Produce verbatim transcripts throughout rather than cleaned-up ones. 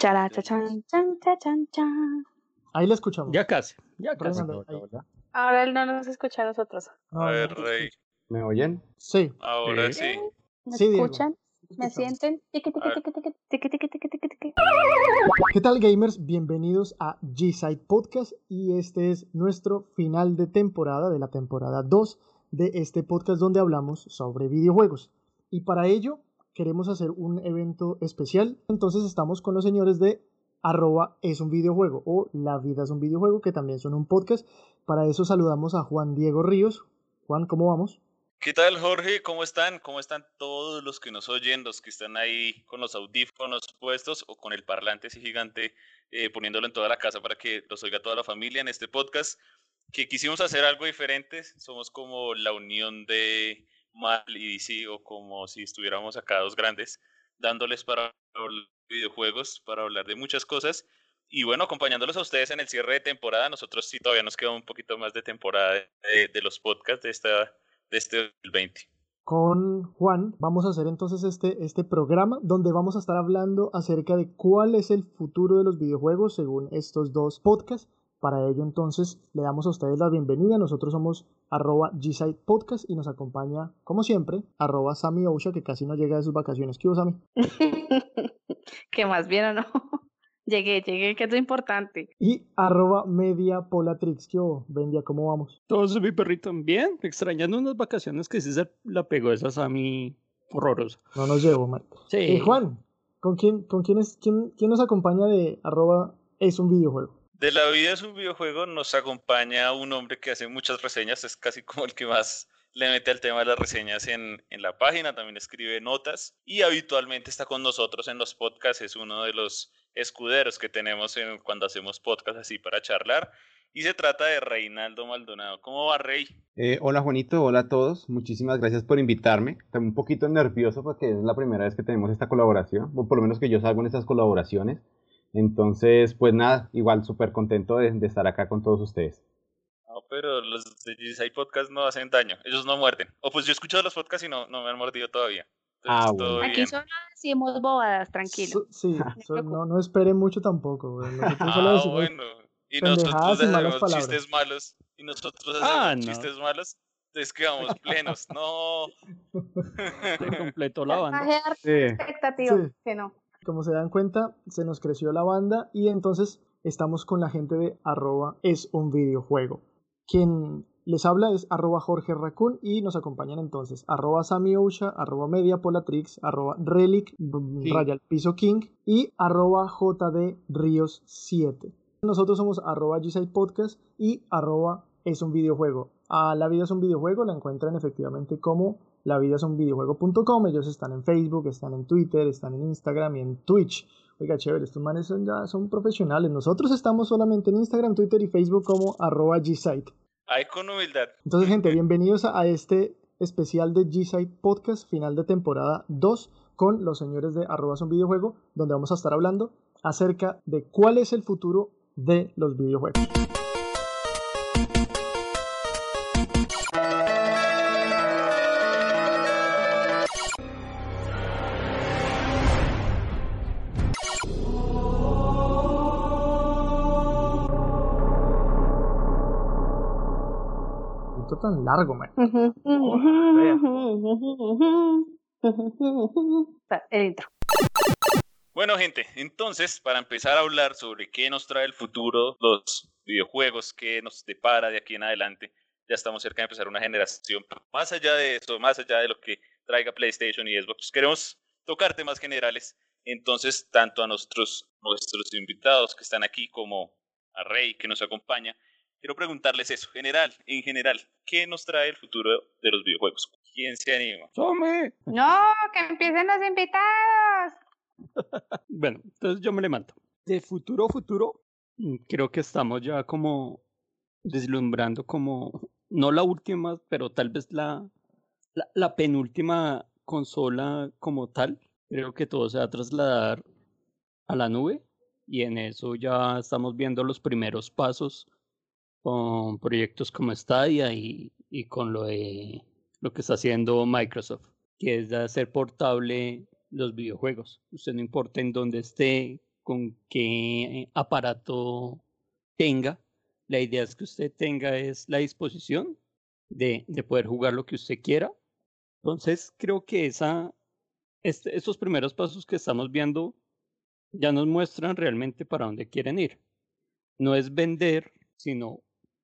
Chara, cha, chan, chan, cha, chan, chan. Ahí la escuchamos. Ya casi, ya casi. Fernando, Hola, ahí. hola. Ahora él no nos escucha a nosotros. No, A no, ver, no. Rey. ¿Me oyen? Sí. Ahora Sí. sí. ¿Me Sí, Diego. escuchan? ¿Me Escuchamos. sienten? Tiqui, tiqui, A ver. tiqui, tiqui, tiqui, tiqui, tiqui, tiqui, tiqui. ¿Qué tal, gamers? Bienvenidos a G-Side Podcast y este es nuestro final de temporada, de la temporada dos de este podcast donde hablamos sobre videojuegos. Y para ello queremos hacer un evento especial, entonces estamos con los señores de arroba es un videojuego o La Vida es un videojuego, que también son un podcast. Para eso saludamos a Juan Diego Ríos. Juan, ¿cómo vamos? ¿Qué tal, Jorge? ¿Cómo están? ¿Cómo están todos los que nos oyen, los que están ahí con los audífonos puestos o con el parlante así gigante, eh, poniéndolo en toda la casa para que los oiga toda la familia en este podcast? Que quisimos hacer algo diferente. Somos como la unión de Marvel y D C, o como si estuviéramos acá dos grandes, dándoles para hablar de videojuegos, para hablar de muchas cosas. Y bueno, acompañándolos a ustedes en el cierre de temporada. Nosotros sí todavía nos queda un poquito más de temporada de, de los podcasts de esta de este dos mil veinte. Con Juan vamos a hacer entonces este, este programa donde vamos a estar hablando acerca de cuál es el futuro de los videojuegos según estos dos podcasts. Para ello entonces le damos a ustedes la bienvenida. Nosotros somos arroba G-Side Podcast y nos acompaña como siempre arroba Sammy Ousha, que casi no llega de sus vacaciones. ¿Qué hubo, Sammy? ¿Qué más bien o no? Llegué, llegué, que es lo importante. Y arroba Media Polatrix. ¿Qué hubo? Bendia, ¿cómo vamos? Entonces mi perrito, bien, extrañando unas vacaciones que sí se la pegó esa Sammy horrorosa. No nos llevo, man. Sí. Eh, Juan, ¿con quién, con quién, es, quién, quién nos acompaña de arroba es un videojuego? De La Vida es un videojuego nos acompaña un hombre que hace muchas reseñas, es casi como el que más le mete al tema de las reseñas en, en la página, también escribe notas y habitualmente está con nosotros en los podcasts, es uno de los escuderos que tenemos en, cuando hacemos podcasts así para charlar, y se trata de Reinaldo Maldonado. ¿Cómo va, Rey? Eh, hola Juanito, hola a todos. Muchísimas gracias por invitarme. Estoy un poquito nervioso porque es la primera vez que tenemos esta colaboración, o por lo menos que yo salgo en estas colaboraciones. Entonces, pues nada, igual súper contento de, de estar acá con todos ustedes. No, pero los de G-Side Podcast no hacen daño, ellos no muerden. O pues yo he escuchado los podcasts y no, no me han mordido todavía. Entonces, Ah, todo bueno. Aquí bien. solo decimos bobadas, tranquilo. So- sí, so- no, no esperen mucho tampoco, güey. Nosotros solo Ah, decimos bueno. Y pendejadas nosotros y malas hacemos palabras. chistes malos. Y nosotros hacemos Ah, no. chistes malos. Entonces quedamos plenos. No. Se completó la banda. Bajar Sí. expectativa, Sí. que no. Como se dan cuenta, se nos creció la banda y entonces estamos con la gente de arroba es un videojuego. Quien les habla es arroba Jorge Raccoon y nos acompañan entonces arroba Sammy Ousha, arroba Media Polatrix, arroba Relic, Sí. Rayal Piso King y arroba J D Ríos siete. Nosotros somos arroba G-Side Podcast y arroba es un videojuego. A La Vida es un videojuego la encuentran efectivamente como la vida es un videojuego punto com. Ellos están en Facebook, están en Twitter, están en Instagram y en Twitch. Oiga, chévere, estos manes son, ya son profesionales. Nosotros estamos solamente en Instagram, Twitter y Facebook como arroba G-Side. Ay, con humildad. Entonces, gente, bienvenidos a, a este especial de G-Side Podcast, final de temporada dos, con los señores de arroba es un videojuego, donde vamos a estar hablando acerca de cuál es el futuro de los videojuegos. Esto tan largo, man. El intro. Bueno, gente, entonces, para empezar a hablar sobre qué nos trae el futuro, los videojuegos, qué nos depara de aquí en adelante, ya estamos cerca de empezar una generación. Más allá de eso, más allá de lo que traiga PlayStation y Xbox, queremos tocar temas generales. Entonces, tanto a nuestros, nuestros invitados que están aquí como a Rey, que nos acompaña, quiero preguntarles eso, general, en general, ¿qué nos trae el futuro de los videojuegos? ¿Quién se anima? ¡Tome! No, que empiecen los invitados. Bueno, entonces yo me levanto. De futuro a futuro, mm, creo que estamos ya como deslumbrando como, no la última, pero tal vez la, la, la penúltima consola como tal. Creo que todo se va a trasladar a la nube y en eso ya estamos viendo los primeros pasos con proyectos como Stadia y, y con lo de lo que está haciendo Microsoft, que es de hacer portable los videojuegos. Usted no importa en dónde esté, con qué aparato tenga. La idea es que usted tenga es la disposición de, de poder jugar lo que usted quiera. Entonces creo que esa, este, estos primeros pasos que estamos viendo ya nos muestran realmente para dónde quieren ir. No es vender, sino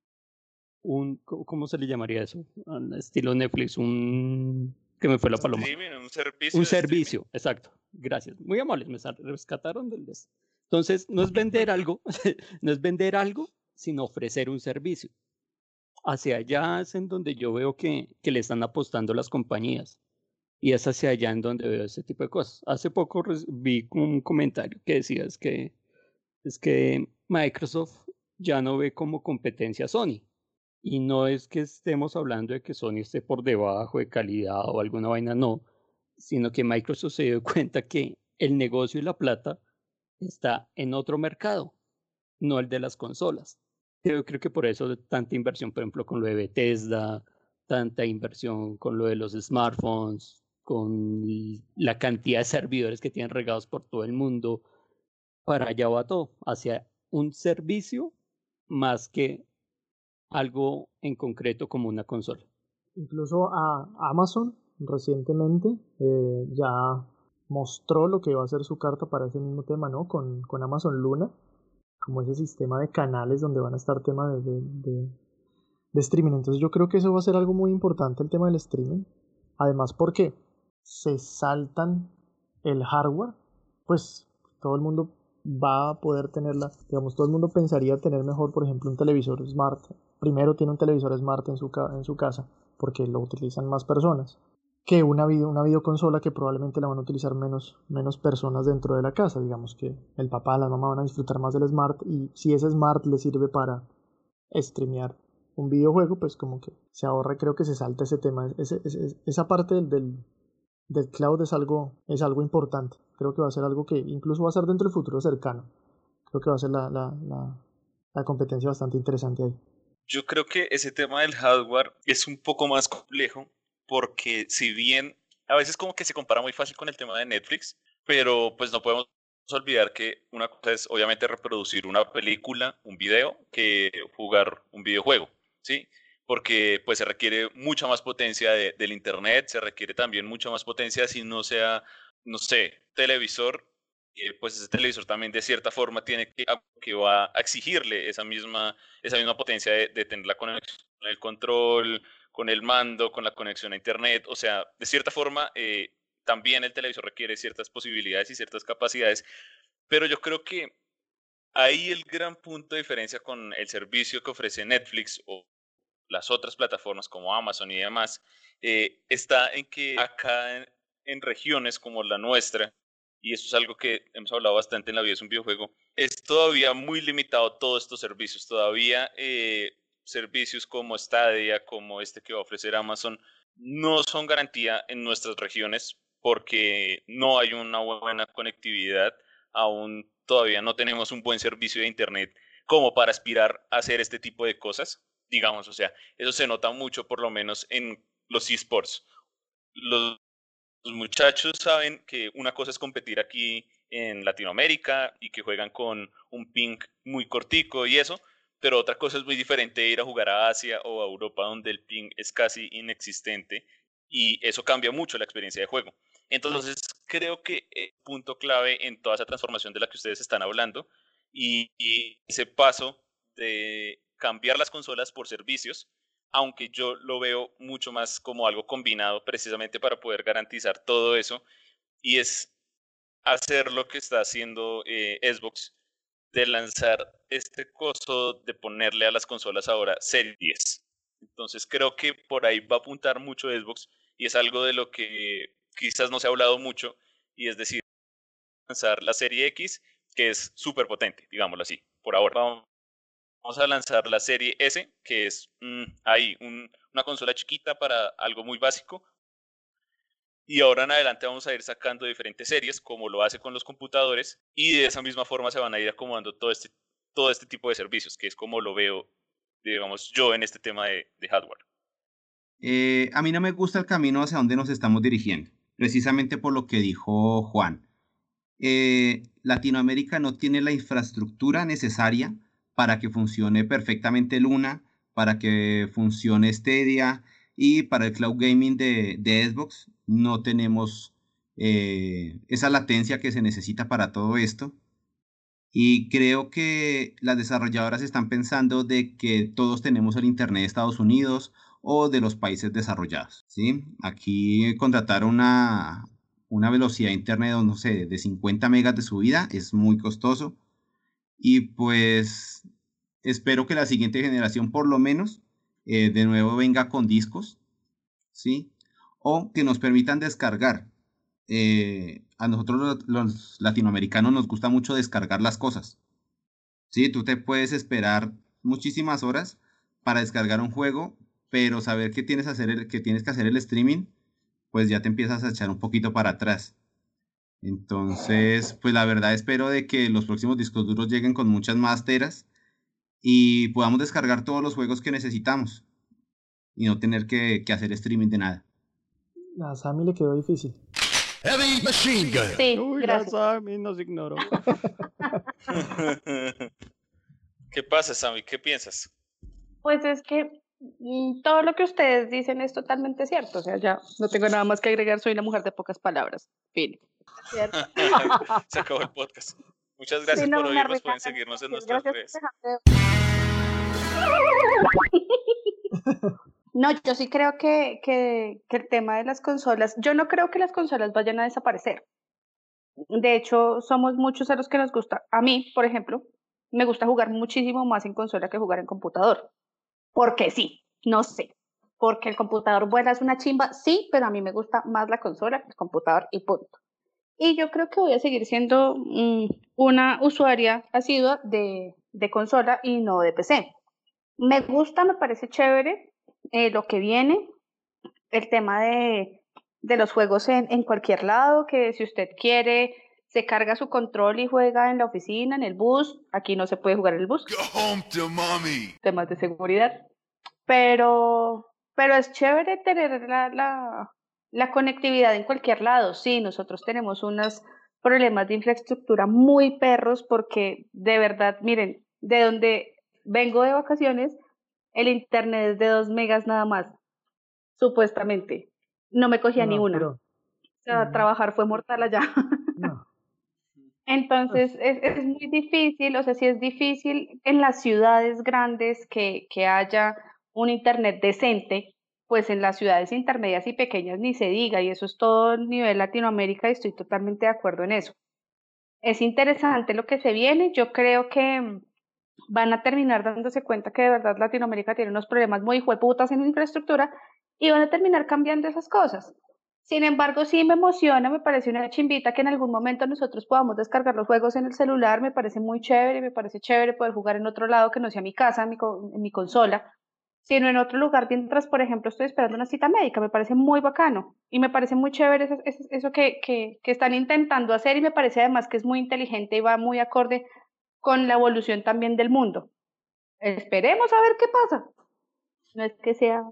un, ¿cómo se le llamaría eso? Al estilo Netflix, un, que me fue la paloma. Streaming, un servicio. Un de servicio, streaming. exacto. Gracias. Muy amables, me rescataron del des. Entonces, no es vender algo, no es vender algo, sino ofrecer un servicio. Hacia allá es en donde yo veo que, que le están apostando las compañías. Y es hacia allá en donde veo ese tipo de cosas. Hace poco vi un comentario que decía es que, es que Microsoft ya no ve como competencia a Sony. Y no es que estemos hablando de que Sony esté por debajo de calidad o alguna vaina, no, sino que Microsoft se dio cuenta que el negocio y la plata está en otro mercado, no el de las consolas. Yo creo que por eso tanta inversión, por ejemplo, con lo de Bethesda, tanta inversión con lo de los smartphones, con la cantidad de servidores que tienen regados por todo el mundo, para allá va todo, hacia un servicio más que algo en concreto como una consola. Incluso a Amazon recientemente eh, ya mostró lo que va a ser su carta para ese mismo tema, ¿no? Con, con Amazon Luna, como ese sistema de canales donde van a estar temas de, de, de, de streaming. Entonces yo creo que eso va a ser algo muy importante, el tema del streaming. Además porque se saltan el hardware, pues todo el mundo va a poder tenerla, digamos, todo el mundo pensaría tener mejor, por ejemplo, un televisor smart. Primero tiene un televisor smart en su, ca- en su casa, porque lo utilizan más personas, que una, video, una videoconsola que probablemente la van a utilizar menos, menos personas dentro de la casa. Digamos que el papá, la mamá van a disfrutar más del smart, y si ese smart le sirve para streamear un videojuego, pues como que se ahorra, creo que se salta ese tema. Ese, ese, esa parte del, del, del cloud es algo, es algo importante. Creo que va a ser algo que incluso va a ser dentro del futuro cercano. Creo que va a ser la, la, la, la competencia bastante interesante ahí. Yo creo que ese tema del hardware es un poco más complejo porque si bien a veces como que se compara muy fácil con el tema de Netflix, pero pues no podemos olvidar que una cosa es obviamente reproducir una película, un video, que jugar un videojuego, ¿sí? Porque pues se requiere mucha más potencia de, del internet, se requiere también mucha más potencia si no sea, no sé, televisor, eh, pues ese televisor también de cierta forma tiene que, que va a exigirle esa misma, esa misma potencia de, de tener la conexión con el control, con el mando, con la conexión a internet, o sea, de cierta forma eh, también el televisor requiere ciertas posibilidades y ciertas capacidades, pero yo creo que ahí el gran punto de diferencia con el servicio que ofrece Netflix o las otras plataformas como Amazon y demás, eh, está en que acá en, en regiones como la nuestra, y eso es algo que hemos hablado bastante en La Vida es un Videojuego, es todavía muy limitado todos estos servicios. Todavía eh, servicios como Stadia, como este que va a ofrecer Amazon, no son garantía en nuestras regiones porque no hay una buena conectividad. Aún todavía no tenemos un buen servicio de Internet como para aspirar a hacer este tipo de cosas, digamos, o sea, eso se nota mucho por lo menos en los esports. Los, los muchachos saben que una cosa es competir aquí en Latinoamérica y que juegan con un ping muy cortico y eso, pero otra cosa es muy diferente ir a jugar a Asia o a Europa donde el ping es casi inexistente y eso cambia mucho la experiencia de juego. Entonces, creo que el punto clave en toda esa transformación de la que ustedes están hablando y, y ese paso de cambiar las consolas por servicios, aunque yo lo veo mucho más como algo combinado precisamente para poder garantizar todo eso, y es hacer lo que está haciendo eh, Xbox, de lanzar este coso de ponerle a las consolas ahora series. Entonces creo que por ahí va a apuntar mucho Xbox y es algo de lo que quizás no se ha hablado mucho, y es decir, lanzar la serie X, que es súper potente, digámoslo así, por ahora. Vamos Vamos a lanzar la serie S, que es mm, ahí un, una consola chiquita para algo muy básico. Y ahora en adelante vamos a ir sacando diferentes series, como lo hace con los computadores, y de esa misma forma se van a ir acomodando todo este, todo este tipo de servicios, que es como lo veo, digamos, yo en este tema de, de hardware. Eh, a mí no me gusta el camino hacia donde nos estamos dirigiendo, precisamente por lo que dijo Juan. eh, Latinoamérica no tiene la infraestructura necesaria para que funcione perfectamente Luna, para que funcione Stadia y para el cloud gaming de, de Xbox. No tenemos eh, esa latencia que se necesita para todo esto. Y creo que las desarrolladoras están pensando de que todos tenemos el Internet de Estados Unidos o de los países desarrollados, ¿sí? Aquí contratar una, una velocidad de Internet, no sé, de cincuenta megas de subida es muy costoso. Y pues espero que la siguiente generación por lo menos eh, de nuevo venga con discos, ¿sí? O que nos permitan descargar. Eh, a nosotros los, los latinoamericanos nos gusta mucho descargar las cosas. Sí, tú te puedes esperar muchísimas horas para descargar un juego, pero saber que tienes, hacer el, que tienes que hacer el streaming, pues ya te empiezas a echar un poquito para atrás. Entonces, pues la verdad espero de que los próximos discos duros lleguen con muchas más teras y podamos descargar todos los juegos que necesitamos y no tener que, que hacer streaming de nada. A Sammy le quedó difícil. Heavy Machine Gun. Sí, Uy, ya gracias. Sammy nos ignoró. ¿Qué pasa, Sammy? ¿Qué piensas? Pues es que mm, todo lo que ustedes dicen es totalmente cierto. O sea, ya no tengo nada más que agregar. Soy una mujer de pocas palabras. Fin. ¿Cierto? Se acabó el podcast. Muchas gracias Sí, no, por me oírnos. Pueden arruinaron. seguirnos en Gracias nuestras por redes. dejarme- No, yo sí creo que, que, que el tema de las consolas, yo no creo que las consolas vayan a desaparecer. De hecho, somos muchos a los que nos gusta. A mí, por ejemplo, me gusta jugar muchísimo más en consola que jugar en computador. Porque sí, no sé. Porque el computador vuela es una chimba, sí, pero a mí me gusta más la consola que el computador y punto. Y yo creo que voy a seguir siendo mm, una usuaria asidua de, de consola y no de P C. Me gusta, me parece chévere eh, lo que viene, el tema de, de los juegos en, en cualquier lado, que si usted quiere, se carga su control y juega en la oficina, en el bus. Aquí no se puede jugar en el bus, Go home to mommy. temas de seguridad. Pero, pero es chévere tener la, la, la conectividad en cualquier lado. Sí, nosotros tenemos unos problemas de infraestructura muy perros porque de verdad, miren, de donde vengo de vacaciones, el internet es de dos megas nada más, supuestamente. No me cogía ni No, una. pero O sea, mm, trabajar fue mortal allá. no. Entonces es, es muy difícil, o sea, sí es difícil en las ciudades grandes que, que haya un internet decente, pues en las ciudades intermedias y pequeñas ni se diga, y eso es todo a nivel Latinoamérica y estoy totalmente de acuerdo en eso. Es interesante lo que se viene, yo creo que mm, van a terminar dándose cuenta que de verdad Latinoamérica tiene unos problemas muy hueputas en infraestructura y van a terminar cambiando esas cosas. Sin embargo, sí me emociona, me parece una chimbita que en algún momento nosotros podamos descargar los juegos en el celular, me parece muy chévere, me parece chévere poder jugar en otro lado que no sea mi casa, en mi, co- en mi consola, sino en otro lugar mientras, por ejemplo, estoy esperando una cita médica, me parece muy bacano y me parece muy chévere eso, eso, eso que, que, que están intentando hacer y me parece además que es muy inteligente y va muy acorde con la evolución también del mundo. Esperemos a ver qué pasa. No es que sea,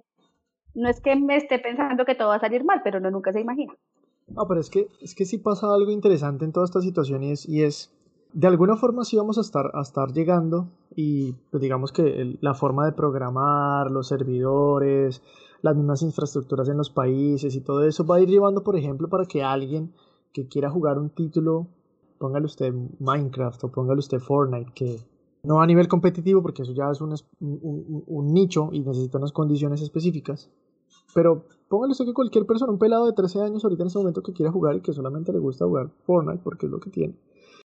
no es que me esté pensando que todo va a salir mal, pero no nunca se imagina. No, pero es que, es que sí pasa algo interesante en toda esta situación y es, y es de alguna forma sí vamos a estar, a estar llegando y pues digamos que el- la forma de programar, los servidores, las mismas infraestructuras en los países y todo eso va a ir llevando, por ejemplo, para que alguien que quiera jugar un título, póngale usted Minecraft o póngale usted Fortnite, que no a nivel competitivo porque eso ya es un, es- un- un- un nicho y necesita unas condiciones específicas, pero póngale usted que cualquier persona, un pelado de trece años ahorita en este momento que quiera jugar y que solamente le gusta jugar Fortnite porque es lo que tiene,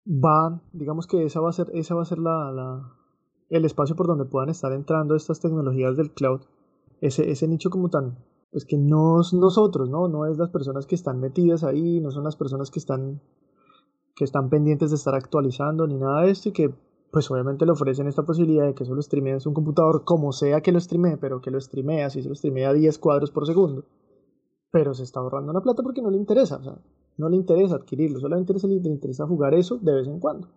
va, digamos que esa va a ser, esa va a ser la, la, el espacio por donde puedan estar entrando estas tecnologías del cloud, ese, ese nicho como tan, pues que no es nosotros, ¿no? No es las personas que están metidas ahí, no son las personas que están, que están pendientes de estar actualizando ni nada de esto y que pues obviamente le ofrecen esta posibilidad de que eso lo streamee en su computador como sea que lo streamee, pero que lo streamee así se lo streamee a diez cuadros por segundo, pero se está ahorrando una plata porque no le interesa, o sea, no le interesa adquirirlo, solamente le le interesa jugar eso de vez en cuando.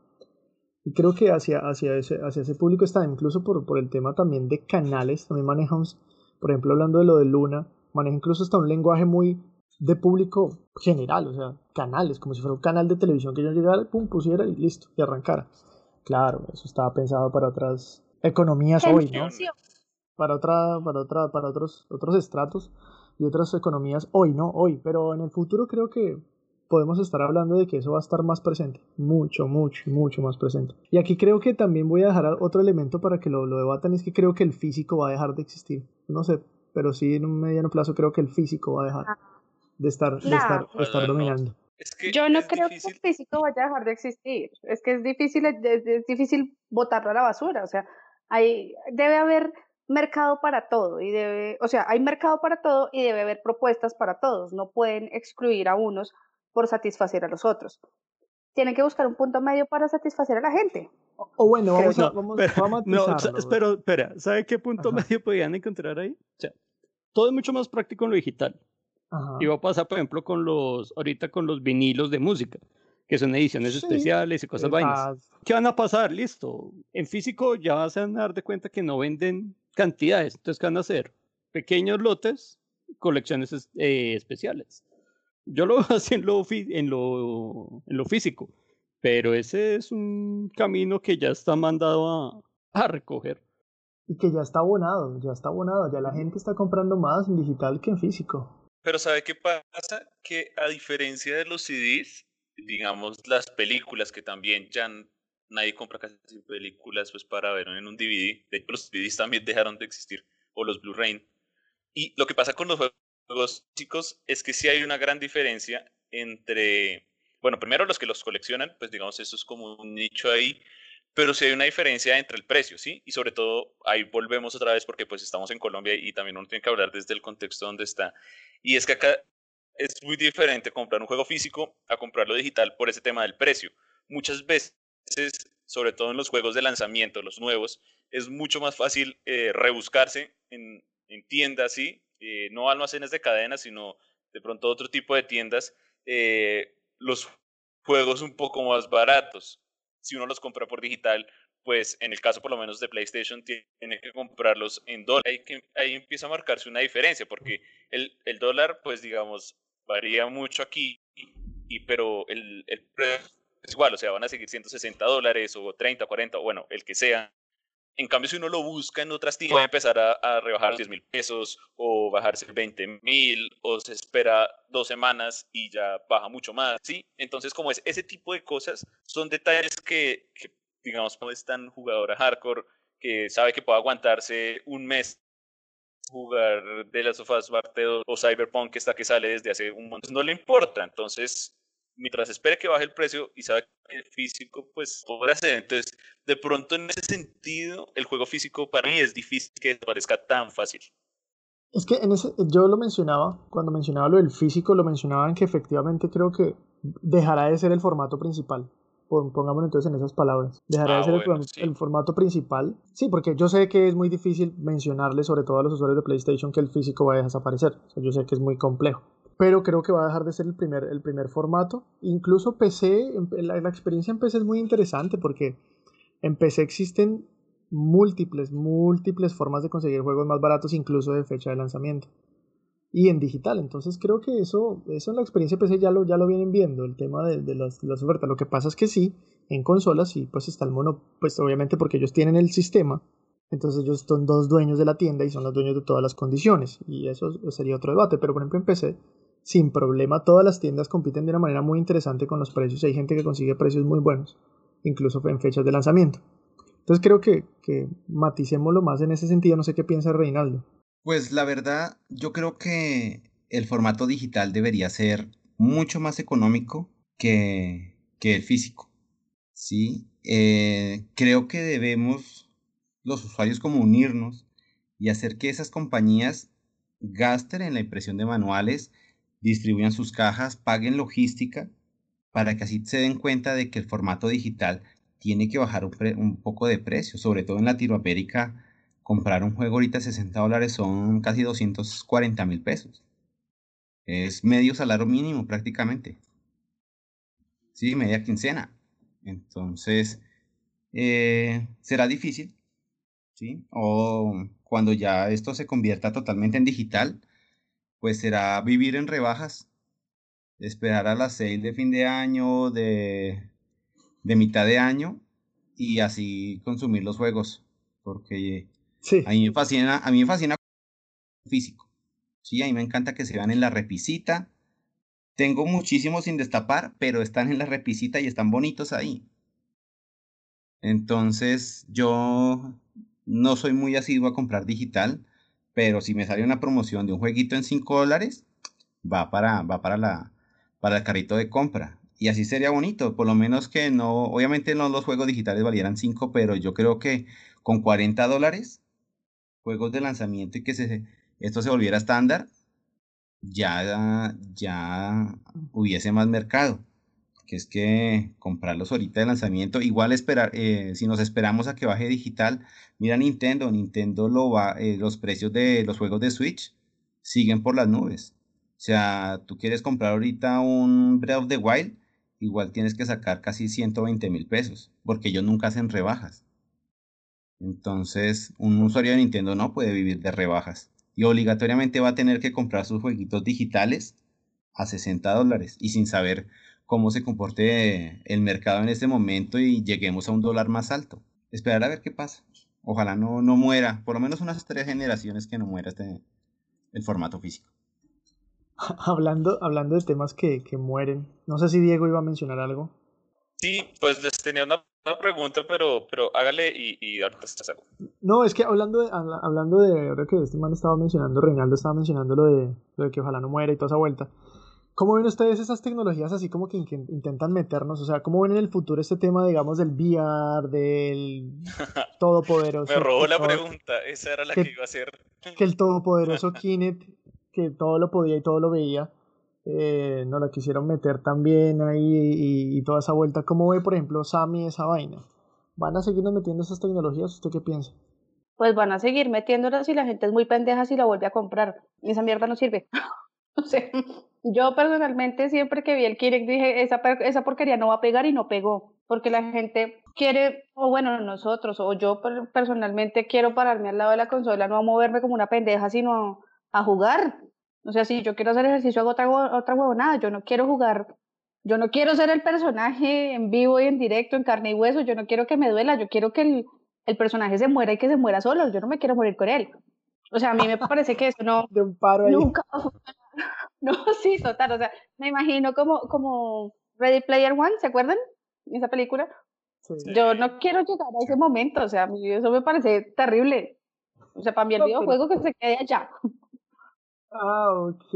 Y creo que hacia, hacia, ese, hacia ese público está, incluso por, por el tema también de canales, también manejamos, por ejemplo, hablando de lo de Luna, maneja incluso hasta un lenguaje muy, de público general, o sea, canales, como si fuera un canal de televisión que yo llegara, pum, pusiera y listo, y arrancara. Claro, eso estaba pensado para otras economías hoy, ¿no? Para otra, para otra, para otros, otros estratos y otras economías hoy, ¿no? Hoy, pero en el futuro creo que podemos estar hablando de que eso va a estar más presente, mucho, mucho, mucho más presente. Y aquí creo que también voy a dejar otro elemento para que lo, lo debatan, es que creo que el físico va a dejar de existir. No sé, pero sí en un mediano plazo creo que el físico va a dejar de estar, de estar, de estar dominando. Es que Yo no es creo difícil. que el físico vaya a dejar de existir. Es que es difícil, es, es difícil botarlo a la basura. O sea, hay, debe haber mercado para todo y debe, o sea, hay mercado para todo y debe haber propuestas para todos. No pueden excluir a unos por satisfacer a los otros. Tienen que buscar un punto medio para satisfacer a la gente. O, o bueno, vamos a, No, vamos, pero, vamos a no, matizarlo. espera, espera, ¿sabe qué punto Ajá. medio podían encontrar ahí? O sea, todo es mucho más práctico en lo digital. Ajá. Y va a pasar, por ejemplo, con los, ahorita con los vinilos de música, que son ediciones Sí, especiales y cosas vainas. exacto. ¿Qué van a pasar? Listo. En físico ya se van a dar de cuenta que no venden cantidades. Entonces, ¿qué van a hacer? Pequeños lotes, colecciones es- eh, especiales. Yo lo veo así en lo, fi- en, lo, en lo físico, pero ese es un camino que ya está mandado a, a recoger. Y que ya está abonado, ya está abonado, ya la gente está comprando más en digital que en físico. Pero ¿sabe qué pasa? Que a diferencia de los C Ds, digamos las películas que también ya n- nadie compra casi películas pues para ver en un D V D. De hecho, los D V Ds también dejaron de existir, o los Blu-ray. Y lo que pasa con los juegos chicos es que sí hay una gran diferencia entre, bueno, primero los que los coleccionan, pues digamos eso es como un nicho ahí, pero sí hay una diferencia entre el precio, ¿sí? Y sobre todo ahí volvemos otra vez porque pues estamos en Colombia y también uno tiene que hablar desde el contexto donde está. Y es que acá es muy diferente comprar un juego físico a comprarlo digital por ese tema del precio. Muchas veces, sobre todo en los juegos de lanzamiento, los nuevos, es mucho más fácil eh, rebuscarse en, en tiendas, ¿sí? Eh, no almacenes de cadena, sino de pronto otro tipo de tiendas, eh, los juegos un poco más baratos. Si uno los compra por digital, pues en el caso por lo menos de PlayStation, tiene que comprarlos en dólar. Ahí, que, ahí empieza a marcarse una diferencia, porque el, el dólar, pues digamos, varía mucho aquí, y, pero el, el precio es igual, o sea, van a seguir ciento sesenta dólares o treinta, cuarenta, o bueno, el que sea. En cambio, si uno lo busca en otras tiendas, puede empezar a, a rebajar diez mil pesos o bajarse veinte mil, o se espera dos semanas y ya baja mucho más, ¿sí? Entonces, como es ese tipo de cosas, son detalles que, que digamos, no es tan jugadora hardcore, que sabe que puede aguantarse un mes jugar de las sofás Parte dos o Cyberpunk, que está que sale desde hace un montón, no le importa. Entonces, mientras espere que baje el precio y sabe que el físico pues podrá hacer. Entonces, de pronto en ese sentido, el juego físico para mí es difícil que parezca tan fácil. Es que en ese, yo lo mencionaba, cuando mencionaba lo del físico, lo mencionaba en que efectivamente creo que dejará de ser el formato principal. Pongámoslo entonces en esas palabras. Dejará Ah, de ser el, bueno, sí. el formato principal. Sí, porque yo sé que es muy difícil mencionarle, sobre todo a los usuarios de PlayStation, que el físico va a desaparecer. O sea, yo sé que es muy complejo. Pero creo que va a dejar de ser el primer, el primer formato. Incluso P C, la, la experiencia en P C es muy interesante porque en P C existen múltiples, múltiples formas de conseguir juegos más baratos, incluso de fecha de lanzamiento. Y en digital, entonces creo que eso, eso en la experiencia P C ya lo, ya lo vienen viendo, el tema de, de, las, de las ofertas. Lo que pasa es que sí, en consolas sí, pues está el mono, pues obviamente porque ellos tienen el sistema, entonces ellos son dos dueños de la tienda y son los dueños de todas las condiciones, y eso sería otro debate, pero por ejemplo en P C, sin problema, todas las tiendas compiten de una manera muy interesante con los precios, y hay gente que consigue precios muy buenos, incluso en fechas de lanzamiento. Entonces creo que, que maticémoslo más en ese sentido, no sé qué piensa Reinaldo. Pues la verdad, yo creo que el formato digital debería ser mucho más económico que, que el físico, ¿sí? Eh, creo que debemos los usuarios como unirnos y hacer que esas compañías gasten en la impresión de manuales, distribuyan sus cajas, paguen logística, para que así se den cuenta de que el formato digital tiene que bajar un, pre- un poco de precio, sobre todo en Latinoamérica. Comprar un juego ahorita a sesenta dólares son casi doscientos cuarenta mil pesos. Es medio salario mínimo prácticamente. Sí, media quincena. Entonces, eh, será difícil, ¿sí? O cuando ya esto se convierta totalmente en digital, pues será vivir en rebajas esperar a la sale de fin de año, de, de mitad de año, y así consumir los juegos, porque Sí. a mí me fascina, a mí me fascina físico, sí, a mí me encanta que se vean en la repisita. Tengo muchísimos sin destapar, pero están en la repisita y están bonitos ahí. Entonces, yo no soy muy asiduo a comprar digital, pero si me sale una promoción de un jueguito en cinco dólares, va para, va para la, para el carrito de compra. Y así sería bonito, por lo menos que no, obviamente no los juegos digitales valieran cinco, pero yo creo que con cuarenta dólares, juegos de lanzamiento y que se, esto se volviera estándar, ya, ya hubiese más mercado. Que es que comprarlos ahorita de lanzamiento, igual esperar, eh, si nos esperamos a que baje digital, mira Nintendo, Nintendo lo va, eh, los precios de los juegos de Switch siguen por las nubes. O sea, tú quieres comprar ahorita un Breath of the Wild, igual tienes que sacar casi ciento veinte mil pesos, porque ellos nunca hacen rebajas. Entonces, un usuario de Nintendo no puede vivir de rebajas y obligatoriamente va a tener que comprar sus jueguitos digitales a sesenta dólares y sin saber cómo se comporte el mercado en este momento y lleguemos a un dólar más alto. Esperar a ver qué pasa. Ojalá no, no muera, por lo menos unas tres generaciones que no muera este, el formato físico. Hablando, hablando de temas que, que mueren, no sé si Diego iba a mencionar algo. Sí, pues les tenía una, una pregunta, pero, pero hágale y, y ahorita se hago. No, es que hablando de, habla- hablando de, ahora que este man estaba mencionando, Reinaldo estaba mencionando lo de, lo de que ojalá no muera y toda esa vuelta. ¿Cómo ven ustedes esas tecnologías así como que, que intentan meternos? O sea, ¿cómo ven en el futuro este tema, digamos, del V R, del Me todopoderoso, robó que, la todo, pregunta, esa era la que que, iba a hacer. que el todopoderoso Kinect, que todo lo podía y todo lo veía, eh, no la quisieron meter también ahí y, y toda esa vuelta? ¿Cómo ve, por ejemplo, Sammy esa vaina? ¿Van a seguirnos metiendo esas tecnologías? ¿Usted qué piensa? Pues van a seguir metiéndolas y la gente es muy pendeja si la vuelve a comprar. Y esa mierda no sirve. O sea, yo personalmente siempre que vi el Kinect dije, esa, per- esa porquería no va a pegar y no pegó. Porque la gente quiere, o bueno, nosotros, o yo per- personalmente quiero pararme al lado de la consola, no a moverme como una pendeja, sino a jugar. O sea, si yo quiero hacer ejercicio, hago otra, hue- otra huevonada. Yo no quiero jugar, yo no quiero ser el personaje en vivo y en directo, en carne y hueso. Yo no quiero que me duela, yo quiero que el, el personaje se muera y que se muera solo. Yo no me quiero morir con él. O sea, a mí me parece que eso no, De un paro ahí. nunca. No, sí, total, o sea, me imagino como, como Ready Player One, ¿se acuerdan? Esa película. Sí. Yo no quiero llegar a ese momento, o sea, a mí eso me parece terrible. O sea, para mí el No, pero... videojuego que se quede allá. Ah, ok.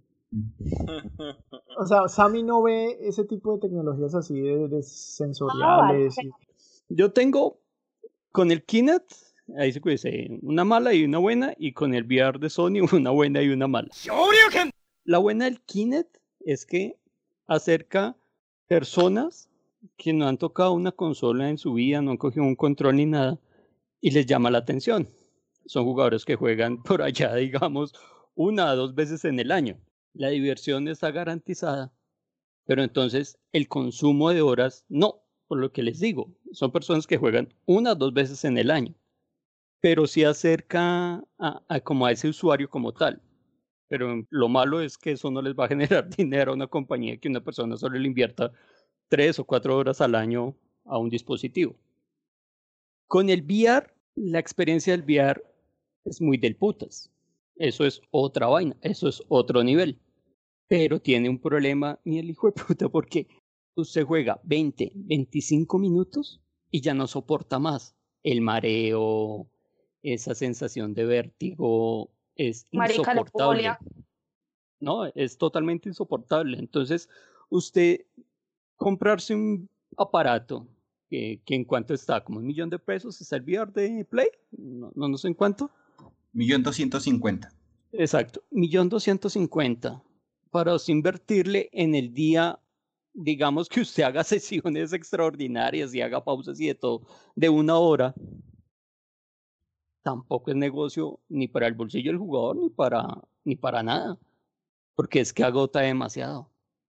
O sea, Sammy no ve ese tipo de tecnologías así de, de Ah, vale. sensoriales. Y... Yo tengo con el Kinect, ahí se dice una mala y una buena, y con el V R de Sony una buena y una mala. La buena del Kinect es que acerca personas que no han tocado una consola en su vida, no han cogido un control ni nada, y les llama la atención. Son jugadores que juegan por allá, digamos, una o dos veces en el año. La diversión está garantizada, pero entonces el consumo de horas no, por lo que les digo, son personas que juegan una o dos veces en el año, pero sí acerca a, a como a ese usuario como tal. Pero lo malo es que eso no les va a generar dinero a una compañía que una persona solo le invierta tres o cuatro horas al año a un dispositivo. Con el V R, la experiencia del V R es muy del putas. Eso es otra vaina, eso es otro nivel. Pero tiene un problema ni el hijo de puta porque usted juega veinte, veinticinco minutos y ya no soporta más. El mareo, esa sensación de vértigo es Marica, la insoportable. polia. No, es totalmente insoportable. Entonces, usted comprarse un aparato que, que en cuánto está, como un millón de pesos, está el V R de Play, no, no, no sé en cuánto. Millón doscientos cincuenta. Exacto, millón doscientos cincuenta. Para usted invertirle en el día, digamos que usted haga sesiones extraordinarias y haga pausas y de todo, de una hora, tampoco es negocio ni para el bolsillo del jugador ni para, ni para nada, porque es que agota demasiado.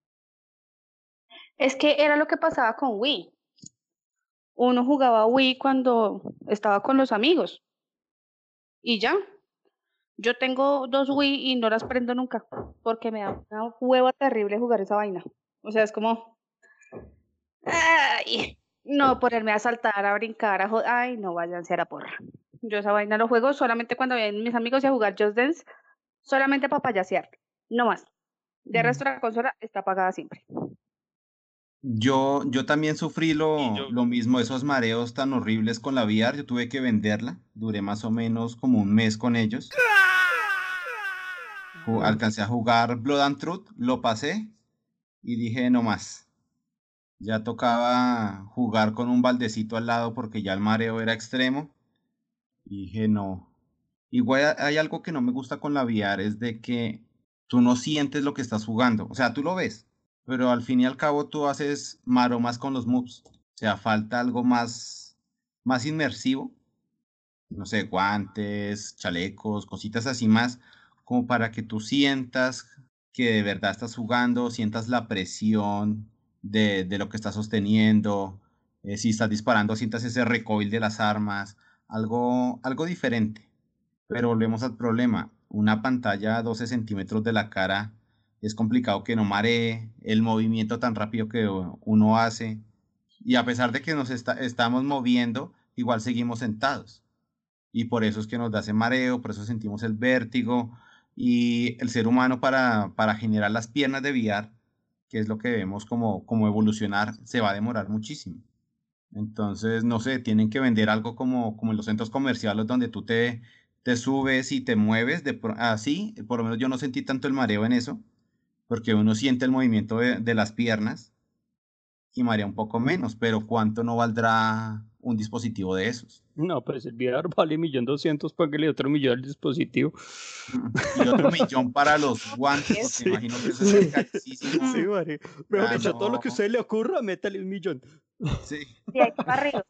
Es que era lo que pasaba con Wii. Uno jugaba Wii cuando estaba con los amigos y ya. Yo tengo dos Wii y no las prendo nunca, porque me da una hueva terrible jugar esa vaina. O sea, es como, ay, no, ponerme a saltar, a brincar, a joder, ay, no, váyanse a la porra. Yo esa vaina lo juego solamente cuando vienen mis amigos y a jugar Just Dance, solamente para payasear, no más. De Mm. resto la consola está apagada siempre. Yo, yo también sufrí Y lo, yo, lo mismo, esos mareos tan horribles con la V R. Yo tuve que venderla. Duré más o menos como un mes con ellos. Ju- Uy, Alcancé a jugar Blood and Truth, lo pasé y dije no más. Ya tocaba jugar con un baldecito al lado porque ya el mareo era extremo. Y dije no. Igual hay algo que no me gusta con la V R, es de que tú no sientes lo que estás jugando. O sea, tú lo ves, pero al fin y al cabo tú haces maromas con los moves. O sea, falta algo más, más inmersivo. No sé, guantes, chalecos, cositas así más, como para que tú sientas que de verdad estás jugando, sientas la presión de, de lo que estás sosteniendo. Eh, si estás disparando, sientas ese recoil de las armas, algo, algo diferente. Pero volvemos al problema. Una pantalla a doce centímetros de la cara es complicado que no maree, el movimiento tan rápido que u- uno hace. Y a pesar de que nos está- estamos moviendo, igual seguimos sentados. Y por eso es que nos da ese mareo, por eso sentimos el vértigo. Y el ser humano para, para generar las piernas de V R, que es lo que vemos como, como evolucionar, se va a demorar muchísimo. Entonces, no sé, tienen que vender algo como, como en los centros comerciales donde tú te, te subes y te mueves de, pro- así. Por lo menos yo no sentí tanto el mareo en eso, porque uno siente el movimiento de, de las piernas y marea un poco menos, pero ¿cuánto no valdrá un dispositivo de esos? No, pues el V R vale un millón doscientos, págale otro millón al dispositivo. Mm, Y otro millón para los guantes, porque Es- me Sí. imagino que eso es carísimo. Sí, Mm, Mari. Mejor Ya dicho, a todo lo no, que a usted le ocurra, métale un millón. sí. de ahí para arriba.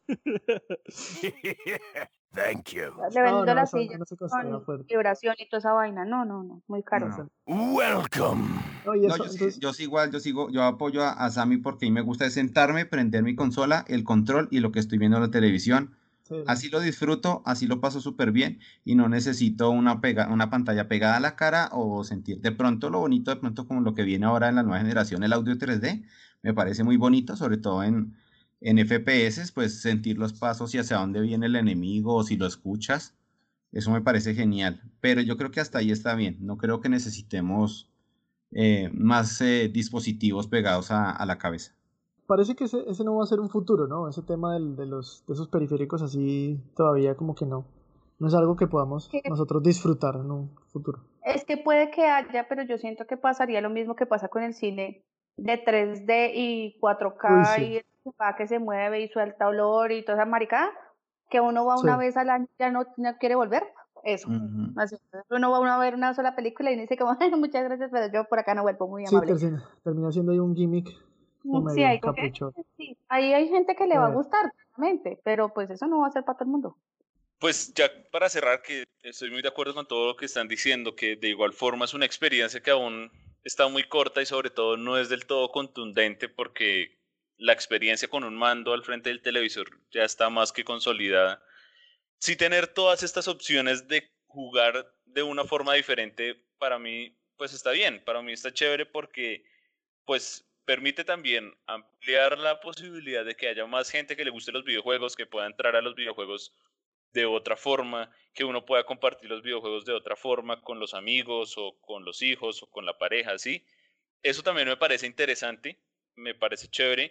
Thank you. Le no, vendo no, la eso, silla no se costaría con fuerte. vibración y toda esa vaina. No, no, no, muy caro. No. Welcome. No, y No, eso, yo sí, entonces, yo sí igual, yo sigo, yo apoyo a, a Sammy porque a mí me gusta es sentarme, prender mi consola, el control y lo que estoy viendo en la televisión. sí, sí. Así lo disfruto, así lo paso súper bien y no necesito una, pega, una pantalla pegada a la cara o sentir de pronto lo bonito, de pronto como lo que viene ahora en la nueva generación, el audio tres D, me parece muy bonito, sobre todo en, en F P S, pues sentir los pasos y hacia dónde viene el enemigo o si lo escuchas, eso me parece genial, pero yo creo que hasta ahí está bien, no creo que necesitemos eh, más eh, dispositivos pegados a, a la cabeza. Parece que ese, ese no va a ser un futuro, ¿no? Ese tema del- de, los, de esos periféricos así todavía como que no. No es algo que podamos Que- nosotros disfrutar en un futuro. Es que puede que haya, pero yo siento que pasaría lo mismo que pasa con el cine de tres D y cuatro Uy, K sí, y el sofá que se mueve y suelta olor y toda esa maricada, que uno va sí. una vez al año y ya no, no quiere volver. Eso. Ujú. Así, uno va uno a ver una sola película y dice como, "Ay, muchas gracias, pero yo por acá no vuelvo, muy Sí, amable". termina, termina siendo ahí un gimmick como Mm, Sí, medio hay como que, caprichoso. sí, ahí hay gente que le va a Eh, gustar, realmente, pero pues eso no va a ser para todo el mundo. pues ya para cerrar, que estoy muy de acuerdo con todo lo que están diciendo, que de igual forma es una experiencia que aún está muy corta y sobre todo no es del todo contundente porque la experiencia con un mando al frente del televisor ya está más que consolidada. Sí, tener todas estas opciones de jugar de una forma diferente, para mí, pues está bien, para mí está chévere porque pues permite también ampliar la posibilidad de que haya más gente que le guste los videojuegos, que pueda entrar a los videojuegos de otra forma, que uno pueda compartir los videojuegos de otra forma con los amigos o con los hijos o con la pareja, ¿sí? Eso también me parece interesante, me parece chévere,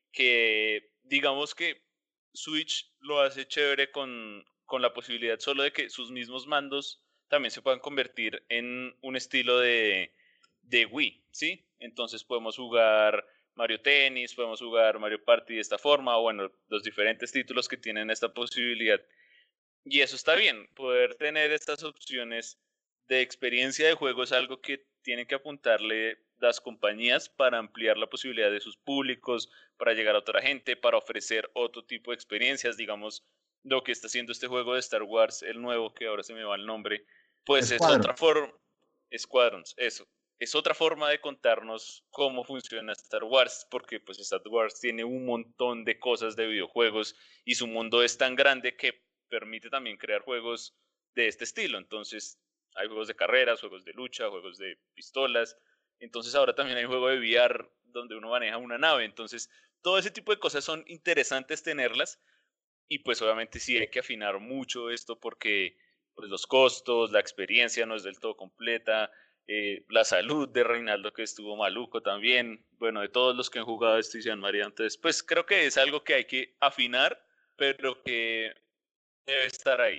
que digamos que Switch lo hace chévere con, con la posibilidad solo de que sus mismos mandos también se puedan convertir en un estilo de, de Wii, ¿sí? Entonces podemos jugar Mario Tennis, podemos jugar Mario Party de esta forma, o bueno, los diferentes títulos que tienen esta posibilidad. Y eso está bien, poder tener estas opciones de experiencia de juego es algo que tienen que apuntarle las compañías para ampliar la posibilidad de sus públicos, para llegar a otra gente, para ofrecer otro tipo de experiencias, digamos, lo que está haciendo este juego de Star Wars, el nuevo, que ahora se me va el nombre, pues es Escuadrón. otra forma, Squadrons, eso, es otra forma de contarnos cómo funciona Star Wars, porque pues Star Wars tiene un montón de cosas de videojuegos y su mundo es tan grande que permite también crear juegos de este estilo. Entonces, hay juegos de carreras, juegos de lucha, juegos de pistolas. Entonces ahora también hay un juego de V R donde uno maneja una nave. Entonces todo ese tipo de cosas son interesantes tenerlas. Y pues obviamente sí hay que afinar mucho esto porque pues, los costos, la experiencia no es del todo completa, eh, la salud de Reinaldo que estuvo maluco también, bueno, de todos los que han jugado esto y se han mareado. Entonces pues creo que es algo que hay que afinar, pero que debe estar ahí.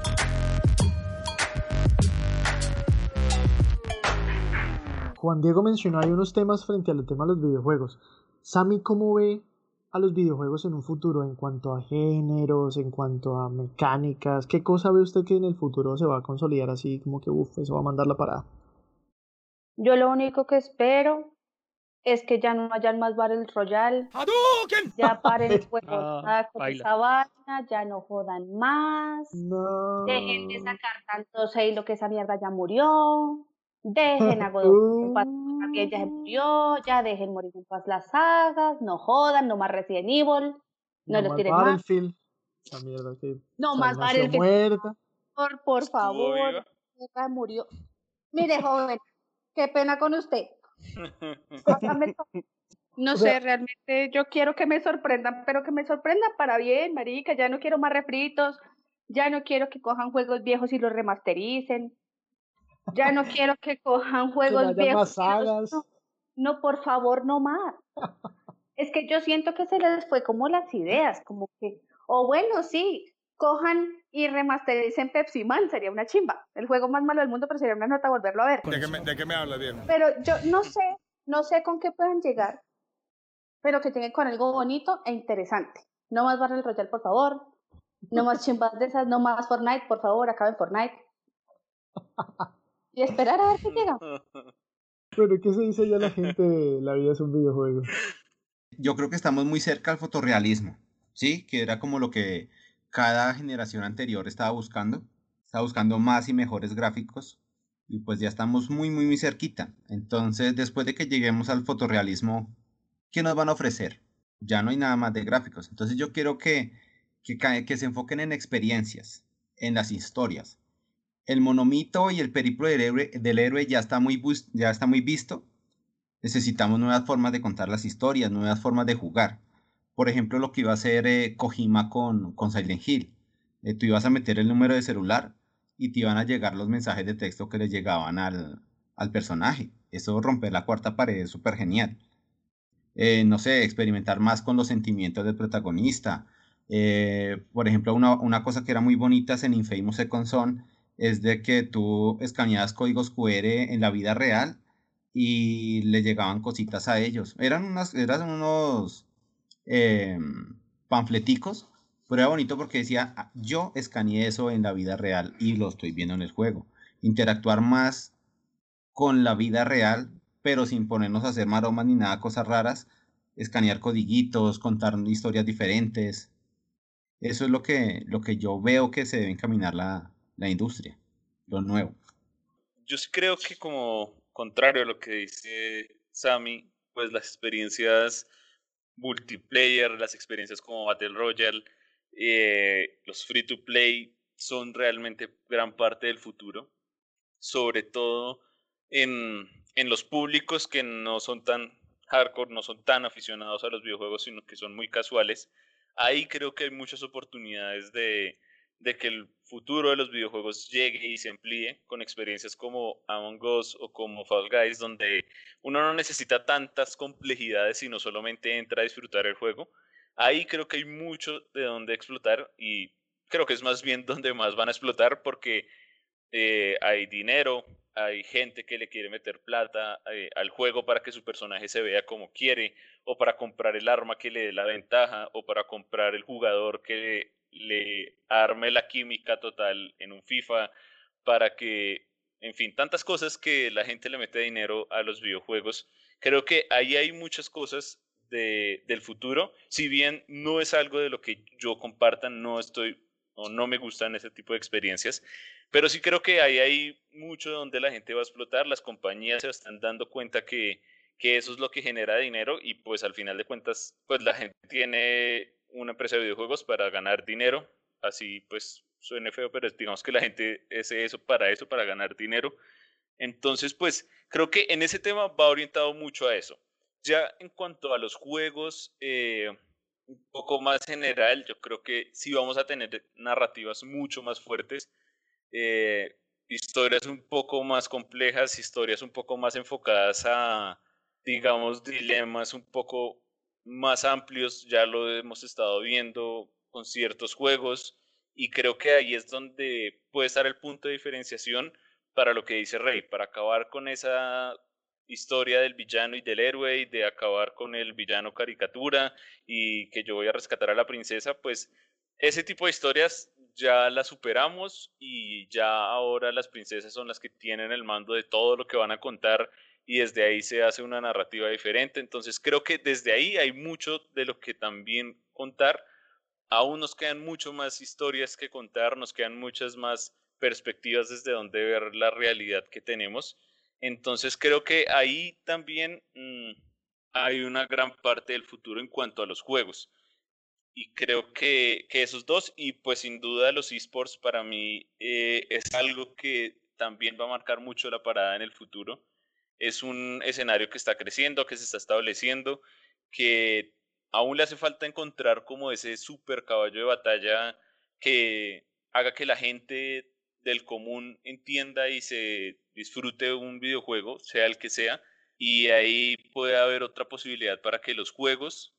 Juan Diego mencionó ahí unos temas frente al tema de los videojuegos. Sammy, ¿cómo ve a los videojuegos en un futuro en cuanto a géneros, en cuanto a mecánicas? ¿Qué cosa ve usted que en el futuro se va a consolidar así como que uff, eso va a mandar la parada? Yo lo único que espero es que ya no hayan más Battle Royale, ya paren juegos Ah, con baila. esa vaina, ya no jodan más, No. dejen de sacar tantos Halo que esa mierda ya murió, dejen a God of War en paz, también ya se murió, ya dejen morir en paz las sagas, no jodan, no más Resident Evil, no, No los más tiren más, Battlefield. La mierda que no o sea, más nació Battlefield, muerta. por, por Estuvo favor, viva. ya murió. Mire, joven, qué pena con usted. Hágame el No O sea- sé, realmente yo quiero que me sorprendan, pero que me sorprendan para bien, marica. Ya no quiero más refritos, ya no quiero que cojan juegos viejos y los remastericen, ya no quiero que cojan Que no juegos haya viejos más y los... sagas. No, no, por favor, no más. Es que yo siento que se les fue como las ideas, como que, o bueno, sí, cojan y remastericen Pepsi Man, sería una chimba. El juego más malo del mundo, pero sería una nota volverlo a ver. ¿De qué me, de qué me habla, viejo? Pero yo no sé, no sé con qué puedan llegar, pero que lleguen con algo bonito e interesante. No más Battle Royale, por favor. No más chimbas de esas, no más Fortnite, por favor, acaben Fortnite. Y esperar a ver qué llega. Bueno, ¿qué se dice ya la gente de la vida es un videojuego? Yo creo que estamos muy cerca al fotorrealismo, ¿sí? Que era como lo que cada generación anterior estaba buscando. Estaba buscando más y mejores gráficos. Y pues ya estamos muy, muy, muy cerquita. Entonces, después de que lleguemos al fotorrealismo, ¿qué nos van a ofrecer? Ya no hay nada más de gráficos. Entonces yo quiero que, que, ca- que se enfoquen en experiencias, en las historias. El monomito y el periplo del héroe, del héroe ya está muy, bus- ya está muy visto. Necesitamos nuevas formas de contar las historias, nuevas formas de jugar. Por ejemplo, lo que iba a hacer eh, Kojima con, con Silent Hill. Eh, tú ibas a meter el número de celular y te iban a llegar los mensajes de texto que le llegaban al, al personaje. Eso romper la cuarta pared es súper genial. Eh, no sé, experimentar más con los sentimientos del protagonista. Eh, por ejemplo, una, una cosa que era muy bonita en Infamous Second Son es de que tú escaneabas códigos Q R en la vida real y le llegaban cositas a ellos. Eran, unas, eran unos eh, panfleticos, pero era bonito porque decía, "Ah, yo escaneé eso en la vida real y lo estoy viendo en el juego". Interactuar más con la vida real, pero sin ponernos a hacer maromas ni nada, cosas raras, escanear codiguitos, contar historias diferentes. Eso es lo que, lo que yo veo que se debe encaminar la, la industria, lo nuevo. Yo sí creo que como contrario a lo que dice Sammy, pues las experiencias multiplayer, las experiencias como Battle Royale, eh, los free to play son realmente gran parte del futuro, sobre todo en, en los públicos que no son tan hardcore, no son tan aficionados a los videojuegos, sino que son muy casuales. Ahí creo que hay muchas oportunidades de, de que el futuro de los videojuegos llegue y se amplíe con experiencias como Among Us o como Fall Guys, donde uno no necesita tantas complejidades, sino solamente entra a disfrutar el juego. Ahí creo que hay mucho de donde explotar y creo que es más bien donde más van a explotar porque eh, hay dinero, hay gente que le quiere meter plata eh, al juego para que su personaje se vea como quiere, o para comprar el arma que le dé la ventaja, o para comprar el jugador que le, le arme la química total en un FIFA, para que, en fin, tantas cosas que la gente le mete dinero a los videojuegos. Creo que ahí hay muchas cosas de, del futuro, si bien no es algo de lo que yo comparta, no estoy o no me gustan ese tipo de experiencias, pero sí creo que ahí hay mucho donde la gente va a explotar, las compañías se están dando cuenta que, que eso es lo que genera dinero y pues al final de cuentas, pues la gente tiene una empresa de videojuegos para ganar dinero, así pues suene feo, pero digamos que la gente hace eso para eso, para ganar dinero. Entonces, pues creo que en ese tema va orientado mucho a eso. Ya en cuanto a los juegos, eh, un poco más general, yo creo que sí vamos a tener narrativas mucho más fuertes, eh, historias un poco más complejas, historias un poco más enfocadas a, digamos, dilemas un poco más amplios, ya lo hemos estado viendo con ciertos juegos, y creo que ahí es donde puede estar el punto de diferenciación para lo que dice Rey, para acabar con esa historia del villano y del héroe y de acabar con el villano caricatura y que yo voy a rescatar a la princesa, pues ese tipo de historias ya las superamos y ya ahora las princesas son las que tienen el mando de todo lo que van a contar y desde ahí se hace una narrativa diferente. Entonces creo que desde ahí hay mucho de lo que también contar. Aún nos quedan mucho más historias que contar, nos quedan muchas más perspectivas desde donde ver la realidad que tenemos. Entonces creo que ahí también mmm, hay una gran parte del futuro en cuanto a los juegos. Y creo que, que esos dos, y pues sin duda los esports para mí eh, es algo que también va a marcar mucho la parada en el futuro. Es un escenario que está creciendo, que se está estableciendo, que aún le hace falta encontrar como ese super caballo de batalla que haga que la gente del común entienda y se disfrute un videojuego, sea el que sea, y ahí puede haber otra posibilidad para que los juegos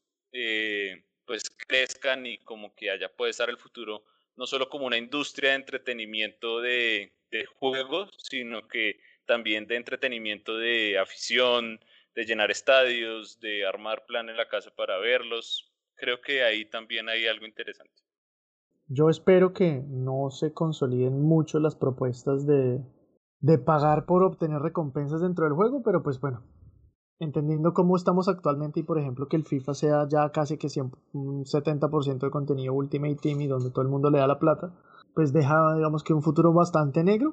eh, pues crezcan y como que allá puede estar el futuro, no solo como una industria de entretenimiento de, de juegos, sino que también de entretenimiento de afición, de llenar estadios, de armar plan en la casa para verlos. Creo que ahí también hay algo interesante. Yo espero que no se consoliden mucho las propuestas de, de pagar por obtener recompensas dentro del juego, pero pues bueno, entendiendo cómo estamos actualmente y por ejemplo que el FIFA sea ya casi que cien, un setenta por ciento de contenido Ultimate Team y donde todo el mundo le da la plata, pues deja digamos que un futuro bastante negro,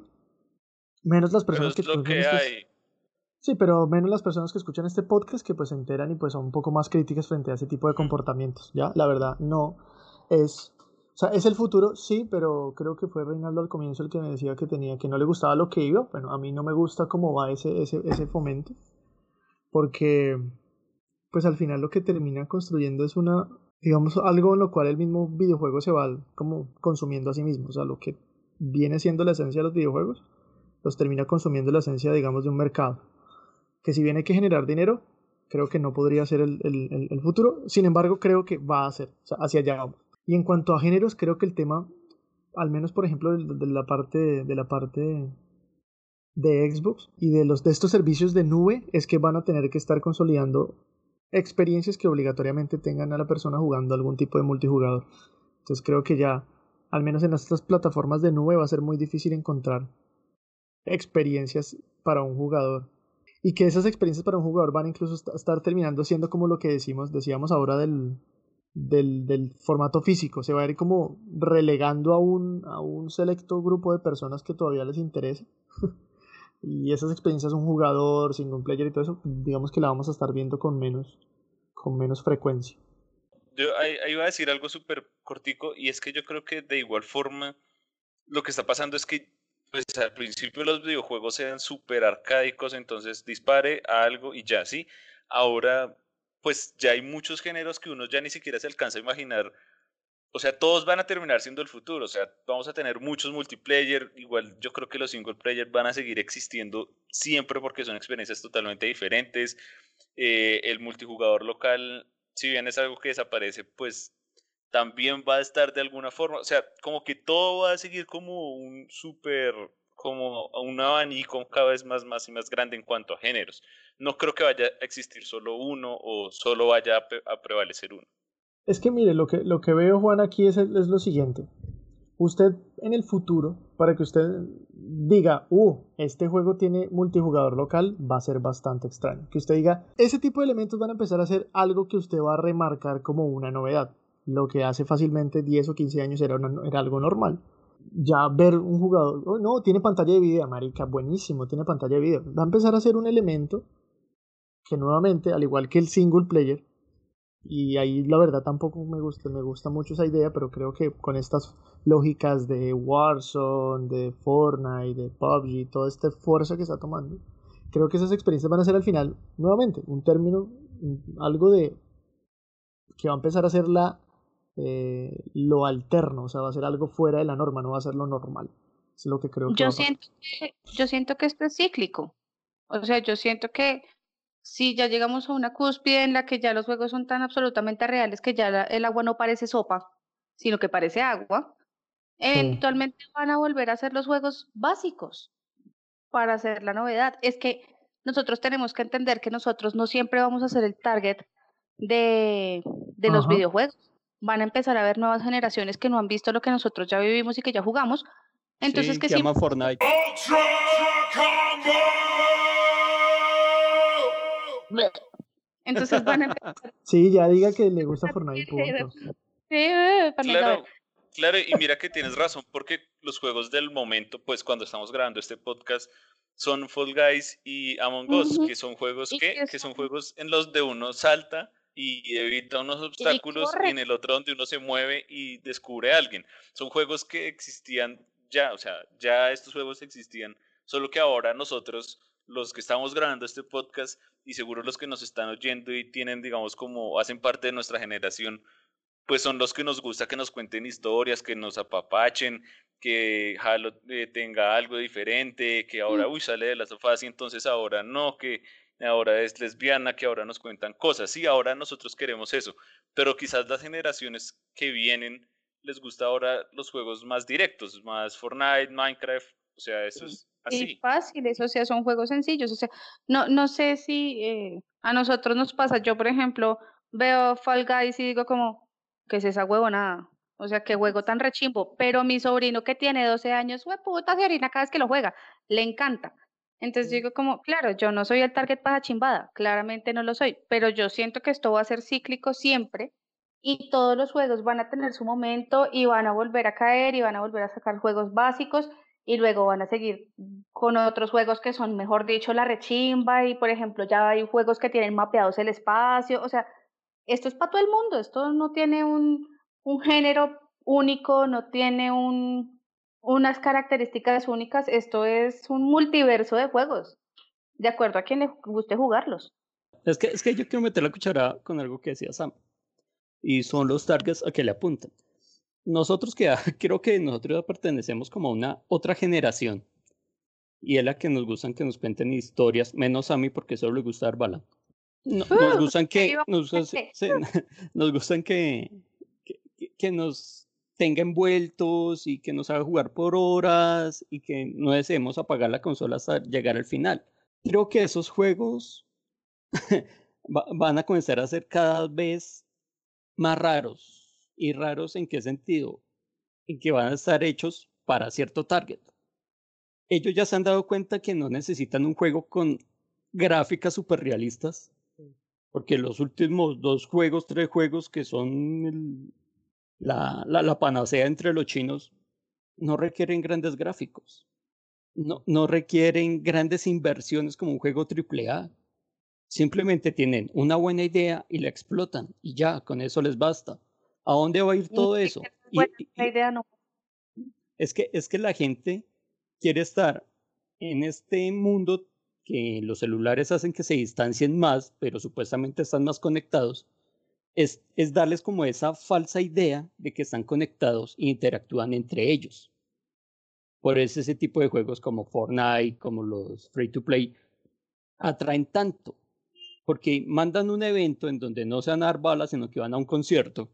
menos las personas Pero que es lo escuchan que estos... hay. Sí, pero menos las personas que escuchan este podcast que pues se enteran y pues son un poco más críticas frente a ese tipo de comportamientos, ¿ya? La verdad, no es... O sea, es el futuro, sí, pero creo que fue Reinaldo al comienzo el que me decía que tenía, que no le gustaba lo que iba. Bueno, a mí no me gusta cómo va ese, ese, ese fomento, porque pues al final lo que termina construyendo es una, digamos, algo en lo cual el mismo videojuego se va como consumiendo a sí mismo. O sea, lo que viene siendo la esencia de los videojuegos, los termina consumiendo la esencia, digamos, de un mercado. Que si bien hay que generar dinero, creo que no podría ser el, el, el futuro. Sin embargo, creo que va a ser, o sea, hacia allá vamos. Y en cuanto a géneros, creo que el tema, al menos por ejemplo, de, de la parte, de la parte de Xbox y de, los, de estos servicios de nube, es que van a tener que estar consolidando experiencias que obligatoriamente tengan a la persona jugando algún tipo de multijugador. Entonces creo que ya, al menos en estas plataformas de nube, va a ser muy difícil encontrar experiencias para un jugador. Y que esas experiencias para un jugador van incluso a estar terminando siendo como lo que decimos, decíamos ahora del, del, del formato físico. Se va a ir como relegando a un, a un selecto grupo de personas que todavía les interesa. Y esas experiencias, un jugador, single player y todo eso, digamos que la vamos a estar viendo con menos, con menos frecuencia. Yo ahí, ahí iba a decir algo súper cortico, y es que yo creo que de igual forma lo que está pasando es que pues al principio los videojuegos eran súper arcádicos, entonces dispare a algo y ya, ¿sí? Ahora pues ya hay muchos géneros que uno ya ni siquiera se alcanza a imaginar. O sea, todos van a terminar siendo el futuro. O sea, vamos a tener muchos multiplayer. Igual yo creo que los single player van a seguir existiendo siempre porque son experiencias totalmente diferentes. Eh, el multijugador local, si bien es algo que desaparece, pues también va a estar de alguna forma. O sea, como que todo va a seguir como un súper, como un abanico cada vez más, más y más grande en cuanto a géneros. No creo que vaya a existir solo uno o solo vaya a, pe- a prevalecer uno. Es que mire, lo que, lo que veo, Juan, aquí es, es lo siguiente. Usted en el futuro, para que usted diga, uh, este juego tiene multijugador local, va a ser bastante extraño. Que usted diga, ese tipo de elementos van a empezar a ser algo que usted va a remarcar como una novedad. Lo que hace fácilmente diez o quince años era, una, era algo normal. Ya ver un jugador, oh, no, tiene pantalla de video, marica, buenísimo, tiene pantalla de video. Va a empezar a ser un elemento que nuevamente, al igual que el single player, Y ahí la verdad tampoco me gusta, me gusta mucho esa idea, pero creo que con estas lógicas de Warzone, de Fortnite, de P U B G, toda esta fuerza que está tomando, creo que esas experiencias van a ser al final, nuevamente, un término, algo de que va a empezar a ser la, eh, lo alterno, o sea, va a ser algo fuera de la norma, no va a ser lo normal. Es lo que creo que va Yo a pasar. siento que, yo siento que esto es cíclico. O sea, yo siento que si ya llegamos a una cúspide en la que ya los juegos son tan absolutamente reales que ya la- el agua no parece sopa, sino que parece agua, Sí. eventualmente van a volver a hacer los juegos básicos para hacer la novedad. Es que nosotros tenemos que entender que nosotros no siempre vamos a ser el target de, de los Ajá. videojuegos. Van a empezar a haber nuevas generaciones que no han visto lo que nosotros ya vivimos y que ya jugamos. Entonces, Sí, que que ama simplemente Fortnite. Ultra Combo! entonces van a empezar Sí, ya diga que le gusta a Fortnite, querer- punto. Sí, eh, Fortnite, a ver. Claro, claro, y mira que tienes razón, porque los juegos del momento, pues cuando estamos grabando este podcast, son Fall Guys y Among Us, Ujú. que son juegos Y que, que que son son, juegos en los de uno salta y evita unos y obstáculos, y corre. en el otro donde uno se mueve y descubre a alguien. Son juegos que existían ya, o sea, ya estos juegos existían, solo que ahora nosotros, los que estamos grabando este podcast, y seguro los que nos están oyendo y tienen, digamos, como hacen parte de nuestra generación, pues son los que nos gusta que nos cuenten historias, que nos apapachen, que Halo eh, tenga algo diferente, que ahora, uy, sale de las sofás y entonces ahora no, que ahora es lesbiana, que ahora nos cuentan cosas. Sí, ahora nosotros queremos eso, pero quizás las generaciones que vienen les gusta ahora los juegos más directos, más Fortnite, Minecraft, o sea, eso es Y así. fáciles, o sea, son juegos sencillos, o sea, no, no sé si eh, a nosotros nos pasa, yo por ejemplo veo Fall Guys y digo como, ¿qué es esa huevonada? O sea, qué juego tan rechimbo, pero mi sobrino que tiene doce años, puta, se orina cada vez que lo juega, le encanta. Entonces digo como, claro, yo no soy el target para chimbada, claramente no lo soy, pero yo siento que esto va a ser cíclico siempre y todos los juegos van a tener su momento y van a volver a caer y van a volver a sacar juegos básicos y luego van a seguir con otros juegos que son, mejor dicho, la rechimba y, por ejemplo, ya hay juegos que tienen mapeados el espacio, o sea, esto es para todo el mundo, esto no tiene un, un género único, no tiene un, unas características únicas, esto es un multiverso de juegos, de acuerdo a quien le guste jugarlos. Es que, es que yo quiero meter la cuchara con algo que decía Sam, y son los targets a que le apuntan. Nosotros que creo que nosotros ya pertenecemos como a una otra generación, y es la que nos gustan que nos cuenten historias, menos a mí porque solo le gusta dar bala. No, nos ¡Uh! gustan Ahí que, va, nos, gustan- gente. se- nos gustan que, que, que- que nos tenga envueltos y que nos haga jugar por horas y que no deseemos apagar la consola hasta llegar al final. Creo que esos juegos va- van a comenzar a ser cada vez más raros. ¿Y raros en qué sentido? En que van a estar hechos para cierto target. Ellos ya se han dado cuenta que no necesitan un juego con gráficas super realistas, porque los últimos dos juegos, tres juegos que son el- la, la, la panacea entre los chinos, no requieren grandes gráficos, no, no requieren grandes inversiones como un juego triple A. Simplemente tienen una buena idea y la explotan y ya, con eso les basta. ¿A dónde va a ir Ni todo eso? siquiera es Y, buena y- la y idea, no. es que, es que la gente quiere estar en este mundo que los celulares hacen que se distancien más, pero supuestamente están más conectados, es, es darles como esa falsa idea de que están conectados e interactúan entre ellos. Por eso ese tipo de juegos como Fortnite, como los free to play, atraen tanto, porque mandan un evento en donde no se van a dar balas, sino que van a un concierto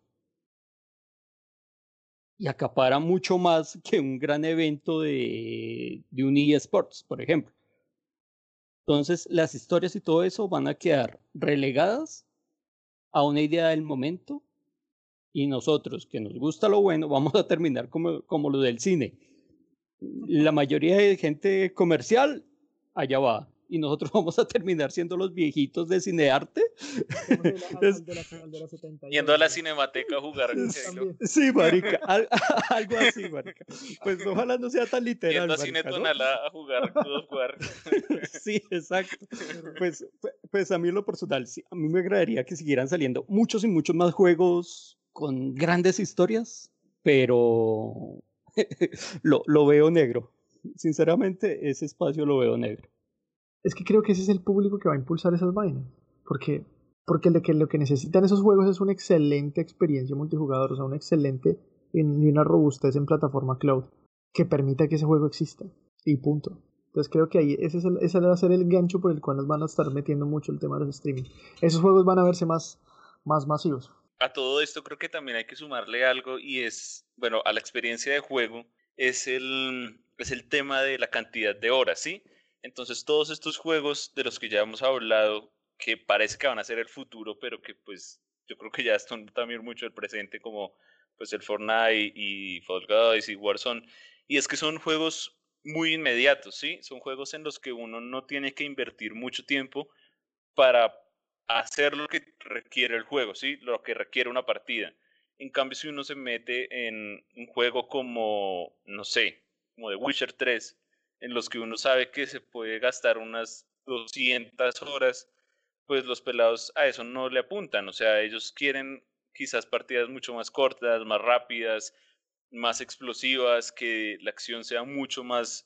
y acapara mucho más que un gran evento de, de un eSports, por ejemplo. Entonces, las historias y todo eso van a quedar relegadas a una idea del momento y nosotros, que nos gusta lo bueno, vamos a terminar como, como lo del cine. La mayoría de gente comercial, allá va. y nosotros vamos a terminar siendo los viejitos de cinearte. Yendo a la cinemateca a jugar Halo. Sí, marica, al, algo así, marica. Pues ojalá no sea tan literal, Yendo a marica, Cine ¿no? Tonalá a jugar God of War. Sí, exacto. Pues, pues a mí en lo personal, sí, a mí me agradaría que siguieran saliendo muchos y muchos más juegos con grandes historias, pero lo, lo veo negro. Sinceramente, ese espacio lo veo negro. Es que creo que ese es el público que va a impulsar esas vainas. Porque, porque lo, que, lo que necesitan esos juegos es una excelente experiencia multijugador, o sea, una excelente y una robustez en plataforma cloud que permita que ese juego exista. Y punto. Entonces creo que ahí ese, es el, ese va a ser el gancho por el cual nos van a estar metiendo mucho el tema de los streaming. Esos juegos van a verse más, más masivos. A todo esto creo que también hay que sumarle algo y es, bueno, a la experiencia de juego es el, es el tema de la cantidad de horas, ¿sí? Entonces todos estos juegos de los que ya hemos hablado, que parece que van a ser el futuro, pero que pues yo creo que ya están también mucho el presente, como pues el Fortnite y Fall Guys y Warzone, y es que son juegos muy inmediatos, ¿sí? Son juegos en los que uno no tiene que invertir mucho tiempo para hacer lo que requiere el juego, ¿sí? Lo que requiere una partida. En cambio, si uno se mete en un juego como, no sé, como The Witcher tres, en los que uno sabe que se puede gastar unas doscientas horas, pues los pelados a eso no le apuntan. O sea, ellos quieren quizás partidas mucho más cortas, más rápidas, más explosivas, que la acción sea mucho más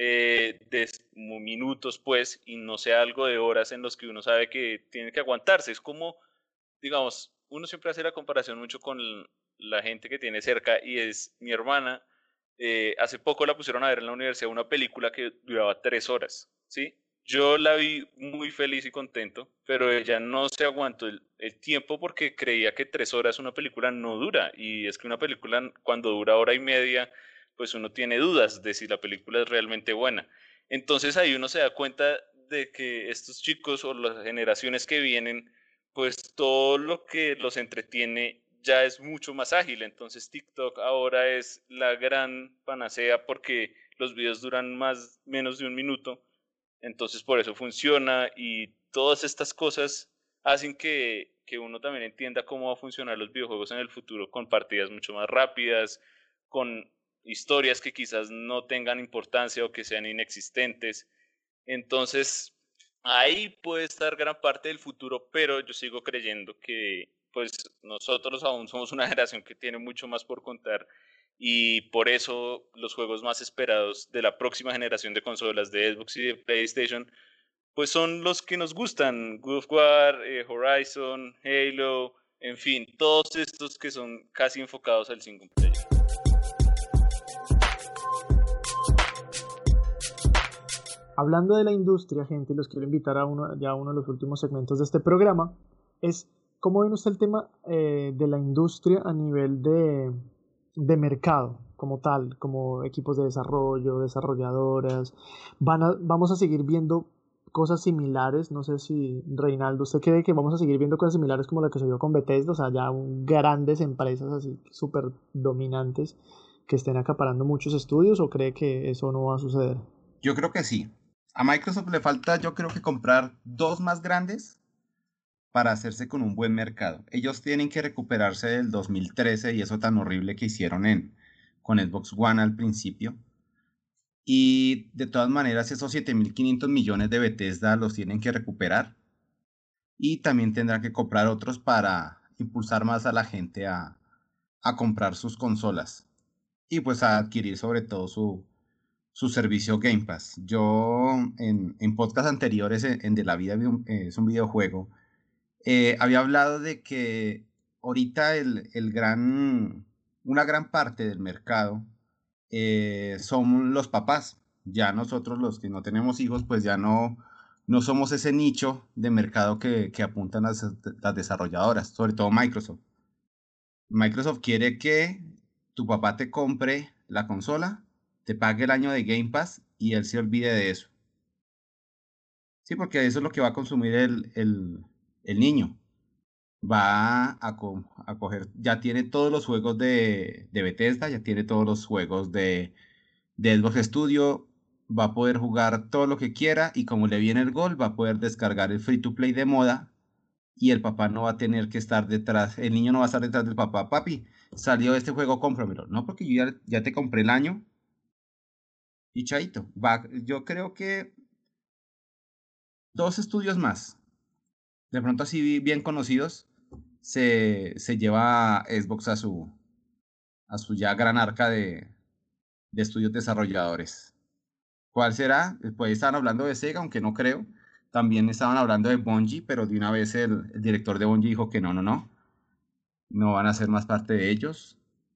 eh, de minutos, pues, y no sea algo de horas en los que uno sabe que tiene que aguantarse. Es como, digamos, uno siempre hace la comparación mucho con la gente que tiene cerca y es mi hermana. Eh, hace poco la pusieron a ver en la universidad una película que duraba tres horas, ¿sí? Yo la vi muy feliz y contento, pero ella no se aguantó el, el tiempo porque creía que tres horas una película no dura. Y es que una película cuando dura hora y media, pues uno tiene dudas de si la película es realmente buena. Entonces ahí uno se da cuenta de que estos chicos o las generaciones que vienen, pues todo lo que los entretiene ya es mucho más ágil. Entonces TikTok ahora es la gran panacea porque los videos duran más menos de un minuto. Entonces por eso funciona y todas estas cosas hacen que, que uno también entienda cómo va a funcionar los videojuegos en el futuro con partidas mucho más rápidas, con historias que quizás no tengan importancia o que sean inexistentes. Entonces ahí puede estar gran parte del futuro, pero yo sigo creyendo que pues nosotros aún somos una generación que tiene mucho más por contar y por eso los juegos más esperados de la próxima generación de consolas de Xbox y de PlayStation pues son los que nos gustan, God of War, eh, Horizon, Halo, en fin, todos estos que son casi enfocados al single player. Hablando de la industria, gente, los quiero invitar a uno, ya a uno de los últimos segmentos de este programa, es cómo ven usted el tema eh, de la industria a nivel de, de mercado, como tal, como equipos de desarrollo, desarrolladoras. Van a, vamos a seguir viendo cosas similares, no sé si, Reinaldo, ¿usted cree que vamos a seguir viendo cosas similares como la que se vio con Bethesda? O sea, ya un, grandes empresas así súper dominantes que estén acaparando muchos estudios, ¿o cree que eso no va a suceder? Yo creo que sí. A Microsoft le falta, yo creo que comprar dos más grandes para hacerse con un buen mercado. Ellos tienen que recuperarse del dos mil trece y eso tan horrible que hicieron en, con Xbox One al principio. Y de todas maneras, esos siete mil quinientos millones de Bethesda los tienen que recuperar. Y también tendrán que comprar otros para impulsar más a la gente a, a comprar sus consolas. Y pues a adquirir sobre todo su, su servicio Game Pass. Yo en, en podcasts anteriores en, en De la Vida eh, es un videojuego, eh, había hablado de que ahorita el, el gran, una gran parte del mercado eh, son los papás. Ya nosotros los que no tenemos hijos, pues ya no, no somos ese nicho de mercado que, que apuntan las, las desarrolladoras, sobre todo Microsoft. Microsoft quiere que tu papá te compre la consola, te pague el año de Game Pass y él se olvide de eso. Sí, porque eso es lo que va a consumir el, el, el niño. Va a, co a coger, ya tiene todos los juegos de, de Bethesda, ya tiene todos los juegos de, de Xbox Studio, va a poder jugar todo lo que quiera y como le viene el gol, va a poder descargar el free to play de moda y el papá no va a tener que estar detrás, el niño no va a estar detrás del papá. Papi, salió este juego, cómpramelo. No, porque yo ya, ya te compré el año y chaito. Va, yo creo que dos estudios más, de pronto así bien conocidos, se, se lleva Xbox a su, a su ya gran arca de, de estudios desarrolladores. ¿Cuál será? Pues estaban hablando de Sega, aunque no creo. También estaban hablando de Bungie, pero de una vez el, el director de Bungie dijo que no, no, no. No van a ser más parte de ellos.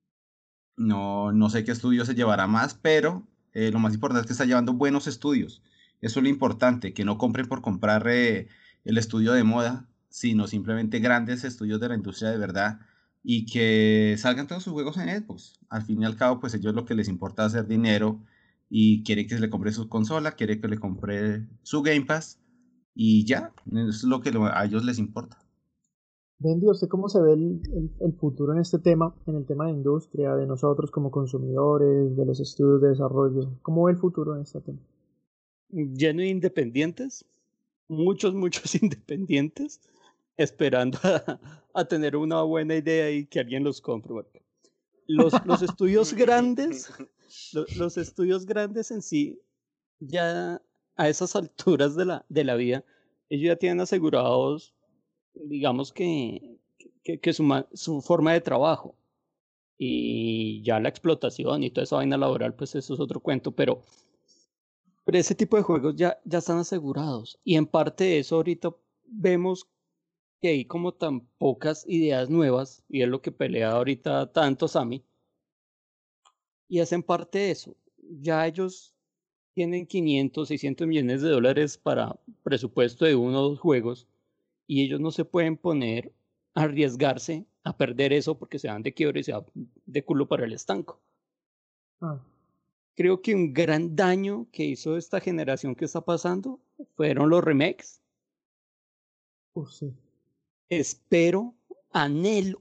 No, no sé qué estudio se llevará más, pero eh, lo más importante es que está llevando buenos estudios. Eso es lo importante, que no compren por comprar eh, el estudio de moda, sino simplemente grandes estudios de la industria de verdad y que salgan todos sus juegos en Xbox. Al fin y al cabo, pues ellos lo que les importa es hacer dinero y quieren que se le compre su consola, quieren que le compre su Game Pass y ya, es lo que lo- a ellos les importa. Bendy, ¿usted cómo se ve el, el- el futuro en este tema, en el tema de industria, de nosotros como consumidores, de los estudios de desarrollo? ¿Cómo ve el futuro en este tema? Lleno de independientes, muchos, muchos independientes, esperando a, a tener una buena idea y que alguien los compre. Porque Los, los estudios grandes, lo- los estudios grandes en sí, ya a esas alturas de la, de la vida, ellos ya tienen asegurados, digamos que, que, que su, ma- su forma de trabajo. Y ya la explotación y toda esa vaina laboral, pues eso es otro cuento, pero, pero ese tipo de juegos ya, ya están asegurados. Y en parte de eso ahorita vemos que hay como tan pocas ideas nuevas, y es lo que pelea ahorita tanto Sammy, y hacen parte de eso. Ya ellos tienen quinientos, seiscientos millones de dólares para presupuesto de uno o dos juegos, y ellos no se pueden poner a arriesgarse a perder eso porque se van de quiebra y se van de culo para el estanco. Ah, Creo que un gran daño que hizo esta generación que está pasando fueron los remakes. uf, sí. Espero, anhelo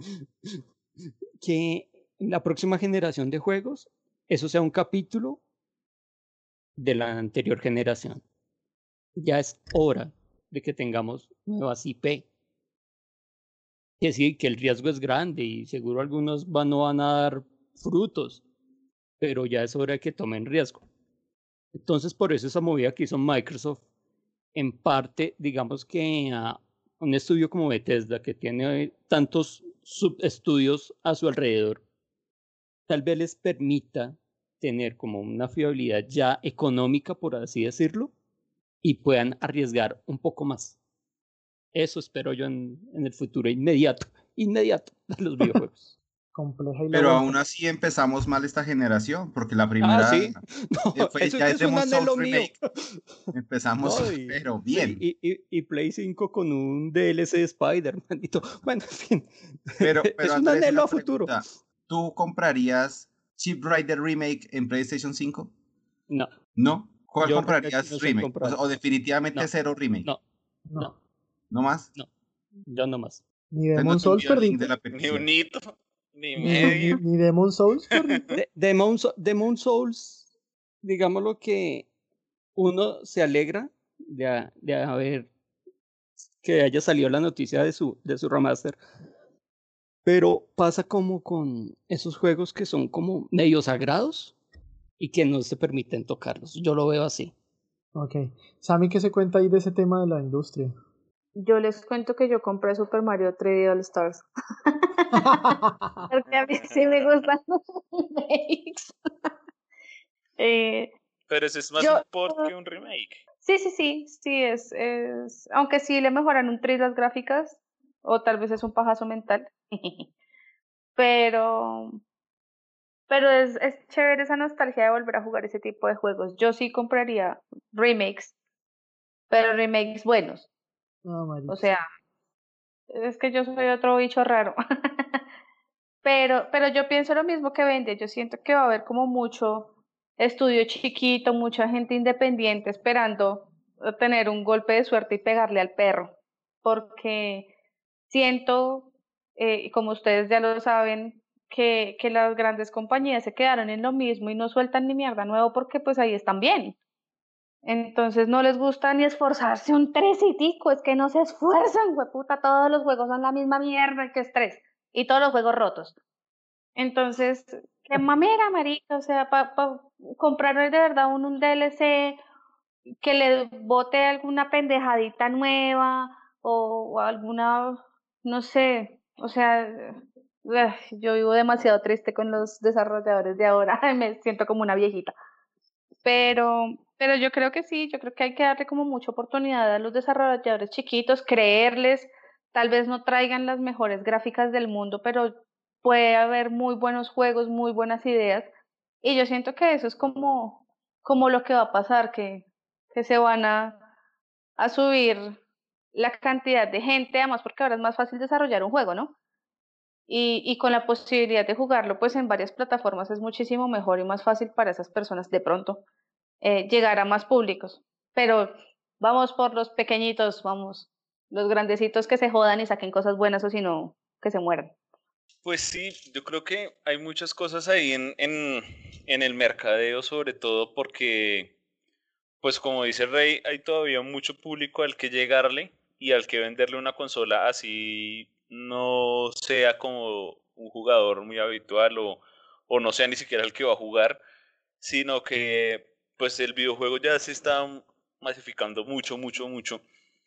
que en la próxima generación de juegos eso sea un capítulo de la anterior generación. Ya es hora de que tengamos nuevas I P. Que sí, que el riesgo es grande y seguro algunos van, no van a dar frutos, pero ya es hora de que tomen riesgo. Entonces, por eso esa movida que hizo Microsoft, en parte, digamos que a un estudio como Bethesda, que tiene tantos subestudios a su alrededor, tal vez les permita tener como una fiabilidad ya económica, por así decirlo, y puedan arriesgar un poco más. Eso espero yo en, en el futuro inmediato, inmediato de los videojuegos. Compleja y la Pero vuelta. aún así empezamos mal esta generación, porque la Ah, primera sí. No, eh, fue, eso ya es es un Demon's Souls anhelo mío. Remake. Empezamos, No, y, pero y, bien. y, y- y Play cinco con un D L C de Spider-Man y todo. Bueno, en fin. Pero, pero Es un Andrés, anhelo una a futuro. pregunta. ¿Tú comprarías Chip Rider Remake en PlayStation cinco? No, ¿No? ¿Cuál yo remake comprarías no sé remake? O, comprar. o definitivamente No, cero remake. no, No, no, ¿No más? no. Yo no más. ni Entonces no Demon te Souls, envío el link de perrito. la Ni un petición. hito, ni Ni, ni, medio. ni Demon Souls, perrito. De, Demon, So- Demon Souls, digámoslo que uno se alegra de, a- de haber que haya salido la noticia de su, de su remaster. Pero pasa como con esos juegos que son como medio sagrados y que no se permiten tocarlos. Yo lo veo así. Ok. Sammy, ¿qué se cuenta ahí de ese tema de la industria? Yo les cuento que yo compré Super Mario tres D All Stars. Porque a mí sí me gustan los remakes. Eh, Pero ese es más yo, un port que un remake. sí, sí, sí, sí, es, es, aunque sí le mejoran un tris las gráficas, o tal vez es un pajazo mental, pero, pero es, es chévere esa nostalgia de volver a jugar ese tipo de juegos. Yo sí compraría remakes, pero remakes buenos. Ah, O marica. sea, es que yo soy otro bicho raro. Pero, pero yo pienso lo mismo que Vende, yo siento que va a haber como mucho estudio chiquito, mucha gente independiente esperando eh, tener un golpe de suerte y pegarle al perro, porque siento, eh, y como ustedes ya lo saben, que, que las grandes compañías se quedaron en lo mismo y no sueltan ni mierda nuevo porque pues ahí están bien. Entonces no les gusta ni esforzarse un tres y tico, es que no se esfuerzan, hueputa, todos los juegos son la misma mierda, que estrés, y todos los juegos rotos. Entonces, qué mamera, marica, o sea, para pa comprar de verdad un, un D L C que le bote alguna pendejadita nueva o, o alguna, no sé, o sea, ugh, yo vivo demasiado triste con los desarrolladores de ahora, me siento como una viejita. Pero, pero yo creo que sí, yo creo que hay que darle como mucha oportunidad a los desarrolladores chiquitos, creerles, tal vez no traigan las mejores gráficas del mundo, pero puede haber muy buenos juegos, muy buenas ideas, y yo siento que eso es como, como lo que va a pasar, que, que se van a, a subir la cantidad de gente, además porque ahora es más fácil desarrollar un juego, ¿no? Y, y con la posibilidad de jugarlo pues en varias plataformas es muchísimo mejor y más fácil para esas personas de pronto eh, llegar a más públicos. Pero vamos por los pequeñitos, vamos, los grandecitos que se jodan y saquen cosas buenas o si no, que se mueran. Pues sí, yo creo que hay muchas cosas ahí en, en, en el mercadeo, sobre todo porque, pues como dice Rey, hay todavía mucho público al que llegarle y al que venderle una consola así no sea como un jugador muy habitual o, o no sea ni siquiera el que va a jugar, sino que pues el videojuego ya se está masificando mucho, mucho, mucho.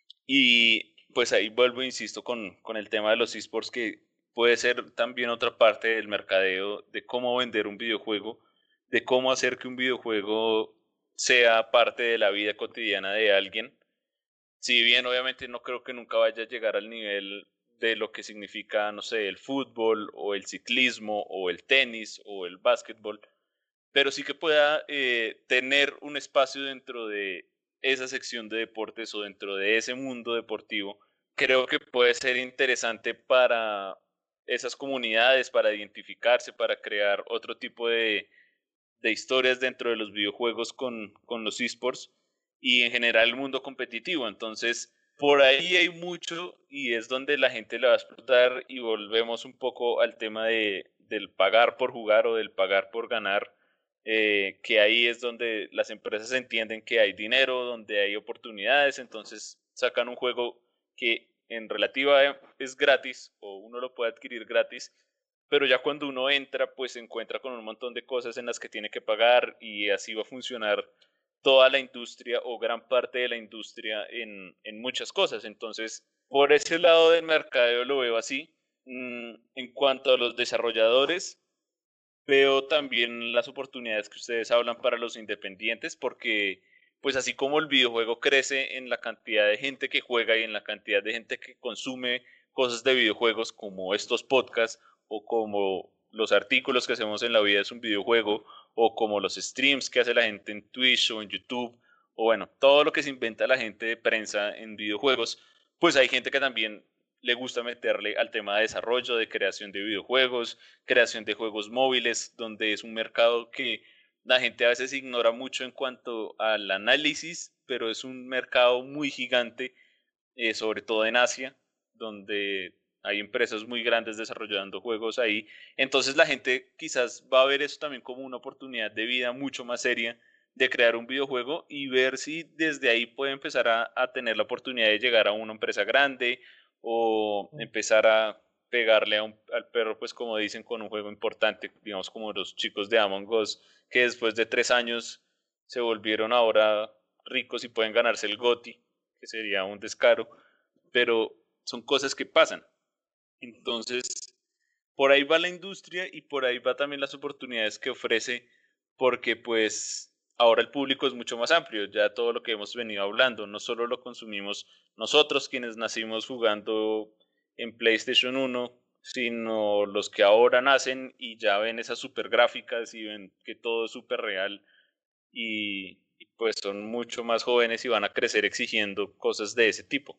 Y pues ahí vuelvo, insisto, con, con el tema de los esports, que puede ser también otra parte del mercadeo, de cómo vender un videojuego, de cómo hacer que un videojuego sea parte de la vida cotidiana de alguien. Si bien obviamente no creo que nunca vaya a llegar al nivel de lo que significa, no sé, el fútbol o el ciclismo o el tenis o el básquetbol, pero sí que pueda eh, tener un espacio dentro de esa sección de deportes o dentro de ese mundo deportivo, creo que puede ser interesante para esas comunidades, para identificarse, para crear otro tipo de, de historias dentro de los videojuegos con, con los esports y en general el mundo competitivo. Entonces, por ahí hay mucho y es donde la gente le va a explotar y volvemos un poco al tema de, del pagar por jugar o del pagar por ganar, eh, que ahí es donde las empresas entienden que hay dinero, donde hay oportunidades, entonces sacan un juego que en relativa es gratis o uno lo puede adquirir gratis, pero ya cuando uno entra, pues se encuentra con un montón de cosas en las que tiene que pagar y así va a funcionar toda la industria o gran parte de la industria en, en muchas cosas. Entonces, por ese lado del mercadeo lo veo así. Mm, en cuanto a los desarrolladores, veo también las oportunidades que ustedes hablan para los independientes, porque pues así como el videojuego crece en la cantidad de gente que juega y en la cantidad de gente que consume cosas de videojuegos como estos podcasts o como los artículos que hacemos en La Vida es un videojuego o como los streams que hace la gente en Twitch o en YouTube o bueno, todo lo que se inventa la gente de prensa en videojuegos, pues hay gente que también le gusta meterle al tema de desarrollo, de creación de videojuegos, creación de juegos móviles, donde es un mercado que la gente a veces ignora mucho en cuanto al análisis, pero es un mercado muy gigante, eh, sobre todo en Asia, donde hay empresas muy grandes desarrollando juegos ahí. Entonces la gente quizás va a ver eso también como una oportunidad de vida mucho más seria de crear un videojuego y ver si desde ahí puede empezar a, a tener la oportunidad de llegar a una empresa grande o empezar a pegarle a un, al perro, pues como dicen, con un juego importante, digamos como los chicos de Among Us, que después de tres años se volvieron ahora ricos y pueden ganarse el GOTY, que sería un descaro, pero son cosas que pasan. Entonces, por ahí va la industria y por ahí va también las oportunidades que ofrece, porque pues ahora el público es mucho más amplio, ya todo lo que hemos venido hablando, no solo lo consumimos nosotros quienes nacimos jugando en PlayStation uno, sino los que ahora nacen y ya ven esas super gráficas y ven que todo es súper real y, y pues son mucho más jóvenes y van a crecer exigiendo cosas de ese tipo.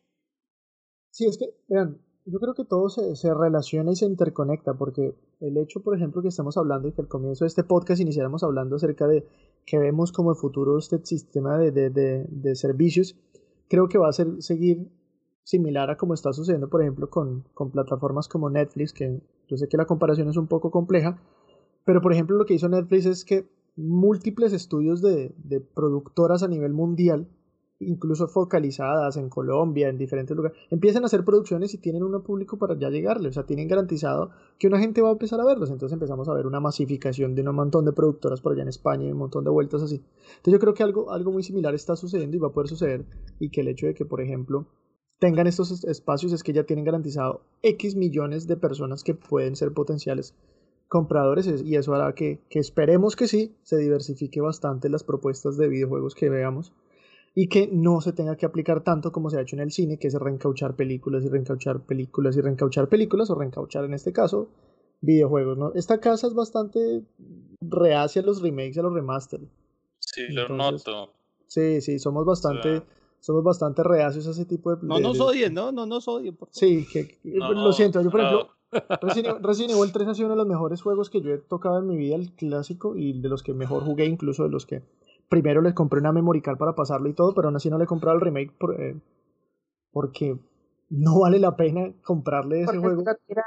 Sí, es que, vean, yo creo que todo se, se relaciona y se interconecta, porque el hecho, por ejemplo, que estamos hablando y que al comienzo de este podcast iniciáramos hablando acerca de que vemos como el futuro este sistema de, de, de, de servicios, creo que va a ser, seguir similar a como está sucediendo, por ejemplo, con, con plataformas como Netflix, que yo sé que la comparación es un poco compleja, pero por ejemplo lo que hizo Netflix es que múltiples estudios de, de productoras a nivel mundial, incluso focalizadas en Colombia, en diferentes lugares, empiezan a hacer producciones y tienen un público para ya llegarle, o sea, tienen garantizado que una gente va a empezar a verlos, entonces empezamos a ver una masificación de un montón de productoras por allá en España y un montón de vueltas así. Entonces yo creo que algo, algo muy similar está sucediendo y va a poder suceder, y que el hecho de que, por ejemplo, tengan estos espacios es que ya tienen garantizado X millones de personas que pueden ser potenciales compradores, y eso hará que, que esperemos que sí, se diversifique bastante las propuestas de videojuegos que veamos y que no se tenga que aplicar tanto como se ha hecho en el cine, que es reencauchar películas y reencauchar películas y reencauchar películas, o reencauchar en este caso videojuegos, ¿no? Esta casa es bastante reacia a los remakes y a los remasteres. Sí, lo Entonces, noto. sí, sí, somos O bastante, sea, somos bastante reacios a ese tipo de... No de- nos de- odien, ¿no? No nos odien, por favor. Sí, que, que- lo no, siento, yo por no. ejemplo, Resident, Resident Evil tres ha sido uno de los mejores juegos que yo he tocado en mi vida, el clásico, y de los que mejor jugué, incluso de los que primero les compré una memory card para pasarlo y todo, pero aún así no le he comprado el remake por, eh, porque no vale la pena comprarle ese Porque juego se lo tiran.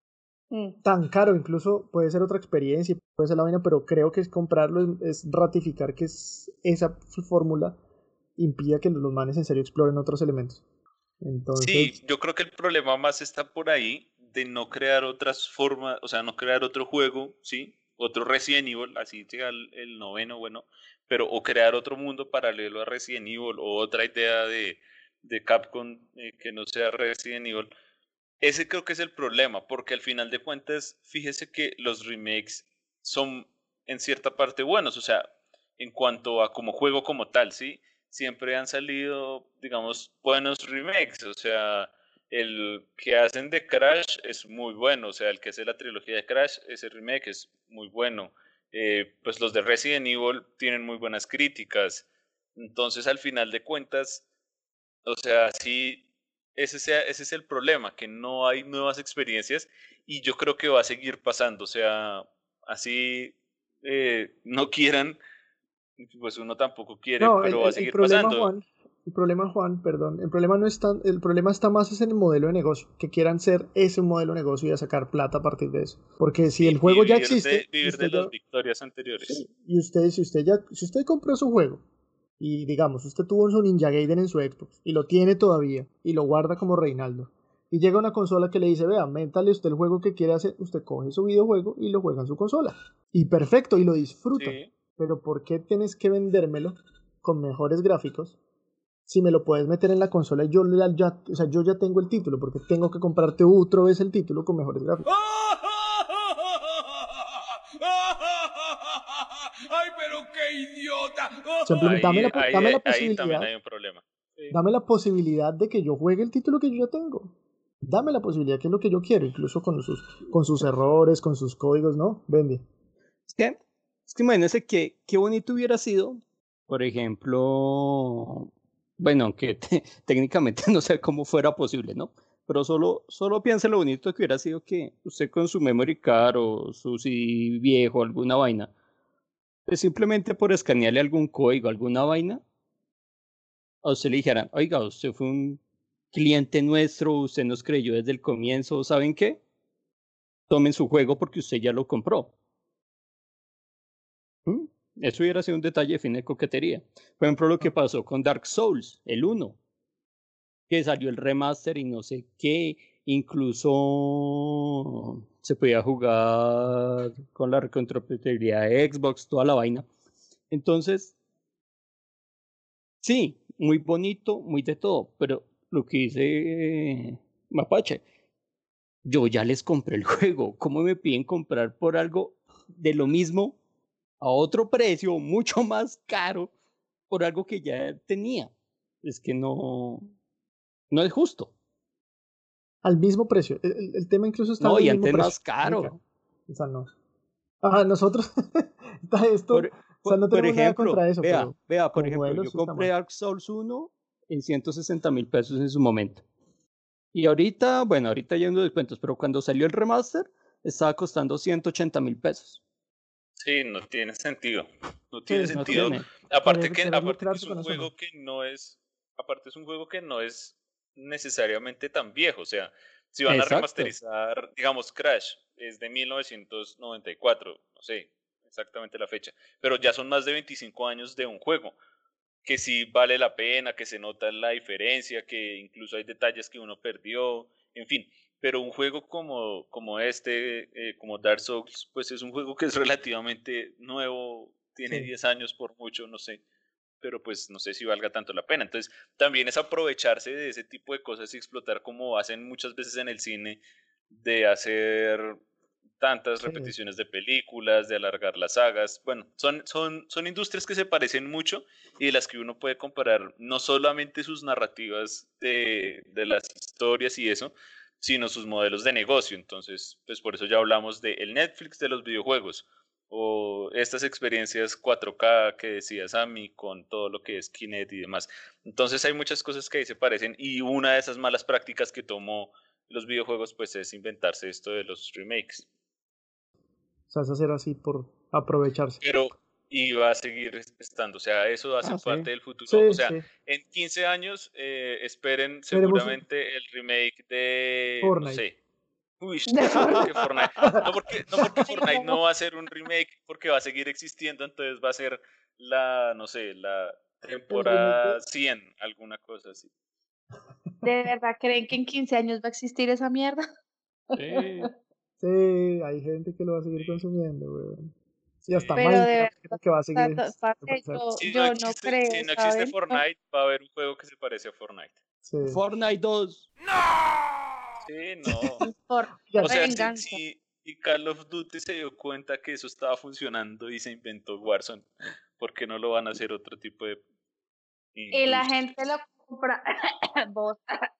Mm. tan caro. Incluso puede ser otra experiencia, puede ser la vaina, pero creo que es comprarlo, es, es ratificar que es, esa fórmula impida que los manes en serio exploren otros elementos. Entonces, Sí, yo creo que el problema más está por ahí de no crear otras formas, o sea, no crear otro juego, ¿sí? Otro Resident Evil, así llega el, el noveno, bueno, pero o crear otro mundo paralelo a Resident Evil o otra idea de, de Capcom eh, que no sea Resident Evil. Ese creo que es el problema, porque al final de cuentas, fíjese que los remakes son en cierta parte buenos, o sea, en cuanto a como juego como tal, ¿sí? Siempre han salido, digamos, buenos remakes, o sea, el que hacen de Crash es muy bueno, o sea, el que hace la trilogía de Crash, ese remake es muy bueno. Eh, pues los de Resident Evil tienen muy buenas críticas, entonces al final de cuentas, o sea, sí, ese, sea, ese es el problema, que no hay nuevas experiencias y yo creo que va a seguir pasando. O sea, así eh, no quieran, pues uno tampoco quiere, no, el, pero va a el, el seguir problema, pasando. Juan, el problema, Juan, perdón, el problema no está, el problema está más es en el modelo de negocio, que quieran ser ese modelo de negocio y a sacar plata a partir de eso. Porque si el Sí, juego ya vivir de, existe, y vivir de usted ya, las victorias sí, anteriores. y usted, si usted ya, si usted compró su juego, y digamos, usted tuvo su Ninja Gaiden en su Xbox, y lo tiene todavía, y lo guarda como Reinaldo, y llega una consola que le dice, vea, métale usted el juego que quiere hacer, usted coge su videojuego y lo juega en su consola. Y perfecto, y lo disfruta. Sí, Pero ¿por qué tienes que vendérmelo con mejores gráficos si me lo puedes meter en la consola y yo ya, ya, o sea, yo ya tengo el título? Porque tengo que comprarte otra vez el título con mejores gráficos. ¡Ay, pero qué idiota! Simplemente dame ahí, la, po- ahí, dame la ahí también posibilidad, hay un problema. Sí. dame la posibilidad de que yo juegue el título que yo ya tengo. Dame la posibilidad, que es lo que yo quiero, incluso con sus, con sus errores, con sus códigos, ¿no? Vende. Es que, es que imagínense que qué bonito hubiera sido, por ejemplo, bueno, que te- técnicamente no sé cómo fuera posible, ¿no? Pero solo, solo piense lo bonito que hubiera sido que usted con su memory card o su C D viejo, alguna vaina, pues simplemente por escanearle algún código, alguna vaina, a usted le dijeran, oiga, usted fue un cliente nuestro, usted nos creyó desde el comienzo, ¿saben qué? Tomen su juego porque usted ya lo compró. ¿Mm? Eso hubiera sido un detalle de fin de coquetería. Por ejemplo, lo que pasó con Dark Souls, el uno, que salió el remaster y no sé qué, incluso se podía jugar con la recontracompatibilidad de Xbox, toda la vaina. Entonces, sí, muy bonito, muy de todo, pero lo que dice Mapache, yo ya les compré el juego, ¿cómo me piden comprar por algo de lo mismo a otro precio mucho más caro por algo que ya tenía? Es que no, no es justo. Al mismo precio. El, el- el tema incluso está No, en y el mismo antes precio. más caro. O sea, no. Ajá, nosotros, está esto, Por, o sea, por, no por tenemos nada ejemplo, contra eso, vea, pero vea, por como ejemplo, modelo yo sí está compré mal. Dark Souls uno en ciento sesenta mil pesos en su momento. Y ahorita, bueno, ahorita yendo de descuentos, pero cuando salió el remaster, estaba costando ciento ochenta mil pesos. Sí, no tiene sentido. No Sí, tiene sí, No sentido. tiene. Aparte querer, que, querer aparte que es lucrarse un con eso no. juego que no es, aparte es un juego que no es necesariamente tan viejo. O sea, Si van a Exacto. remasterizar, digamos, Crash es de mil novecientos noventa y cuatro, no sé exactamente la fecha, pero ya son más de veinticinco años de un juego, que sí vale la pena, que se nota la diferencia, que incluso hay detalles que uno perdió, en fin. Pero un juego como, como este, eh, como Dark Souls, pues es un juego que es relativamente nuevo, tiene Sí. diez años por mucho, no sé, pero pues no sé si valga tanto la pena. Entonces, también es aprovecharse de ese tipo de cosas y explotar como hacen muchas veces en el cine, de hacer tantas Sí. repeticiones de películas, de alargar las sagas. Bueno, son, son, son industrias que se parecen mucho y de las que uno puede comparar no solamente sus narrativas de, de las historias y eso, sino sus modelos de negocio. Entonces, pues por eso ya hablamos de el Netflix de los videojuegos o estas experiencias cuatro K que decía Sammy con todo lo que es Kinect y demás. Entonces hay muchas cosas que ahí se parecen y una de esas malas prácticas que tomó los videojuegos pues es inventarse esto de los remakes. O sea, es hacer así por aprovecharse. Pero y va a seguir estando, o sea, eso hace Ah, sí. parte del futuro. O Sí, sea, sí. en quince años eh, esperen Veremos un seguramente el remake de, no Fortnite. sé, uy, De no porque Fortnite. Fortnite, no porque, no porque Ay, Fortnite no no. va a ser un remake, porque va a seguir existiendo, entonces va a ser la, no sé, la El remake de... temporada cien, alguna cosa así. ¿De verdad creen que en quince años va a existir esa mierda? Sí. Sí, hay gente que lo va a seguir consumiendo, weón. Y hasta Sí. Pero de Minecraft creo verdad, que va a seguir ta- ta- existiendo, parce, parece. yo, Si no yo no existe, creo, si no existe ¿saben? No, Fortnite, va a haber un juego que se parece a Fortnite. Sí. Fortnite dos. Sí, no. por Ya, O sea, si, venganza. si, si Call of Duty se dio cuenta que eso estaba funcionando y se inventó Warzone, ¿por qué no lo van a hacer otro tipo de Y la gente lo industrias? compra. Vos.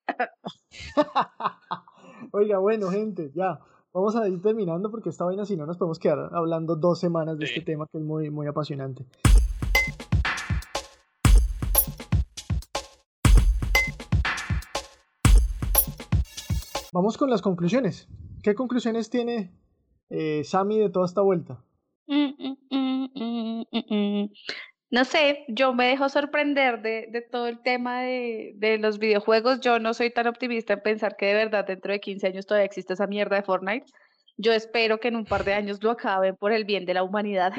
Oiga, bueno, gente, ya. Vamos a ir terminando porque esta vaina, si no, nos podemos quedar hablando dos semanas de este Sí. tema que es muy, muy apasionante. Vamos con las conclusiones. ¿Qué conclusiones tiene eh, Sammy de toda esta vuelta? Mm, mm, mm, mm, mm, mm. No sé, yo me dejo sorprender de, de todo el tema de, de los videojuegos. Yo no soy tan optimista en pensar que de verdad dentro de quince años todavía existe esa mierda de Fortnite. Yo espero que en un par de años lo acaben por el bien de la humanidad.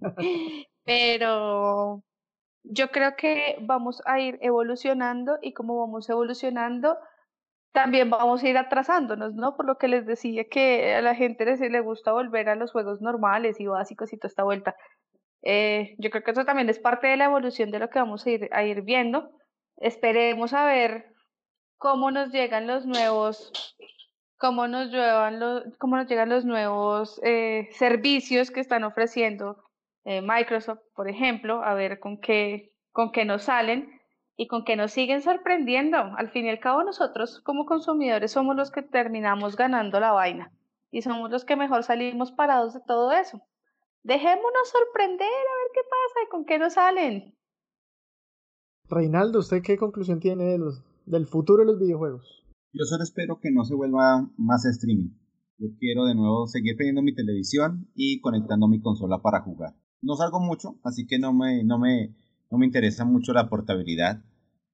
Pero yo creo que vamos a ir evolucionando y como vamos evolucionando, también vamos a ir atrasándonos, ¿no? Por lo que les decía que a la gente les- le gusta volver a los juegos normales y básicos y toda esta vuelta. Eh, yo creo que eso también es parte de la evolución de lo que vamos a ir, a ir viendo. Esperemos a ver cómo nos llegan los nuevos, cómo nos llevan los, cómo nos llegan los nuevos eh, servicios que están ofreciendo eh, Microsoft, por ejemplo, a ver con qué, con qué nos salen y con qué nos siguen sorprendiendo. Al fin y al cabo, nosotros como consumidores somos los que terminamos ganando la vaina y somos los que mejor salimos parados de todo eso. Dejémonos sorprender a ver qué pasa y con qué nos salen. Reinaldo, ¿usted qué conclusión tiene de los, del futuro de los videojuegos? Yo solo espero que no se vuelva más streaming. Yo quiero de nuevo seguir prendiendo mi televisión y conectando mi consola para jugar. No salgo mucho, así que no me, no me, no me interesa mucho la portabilidad.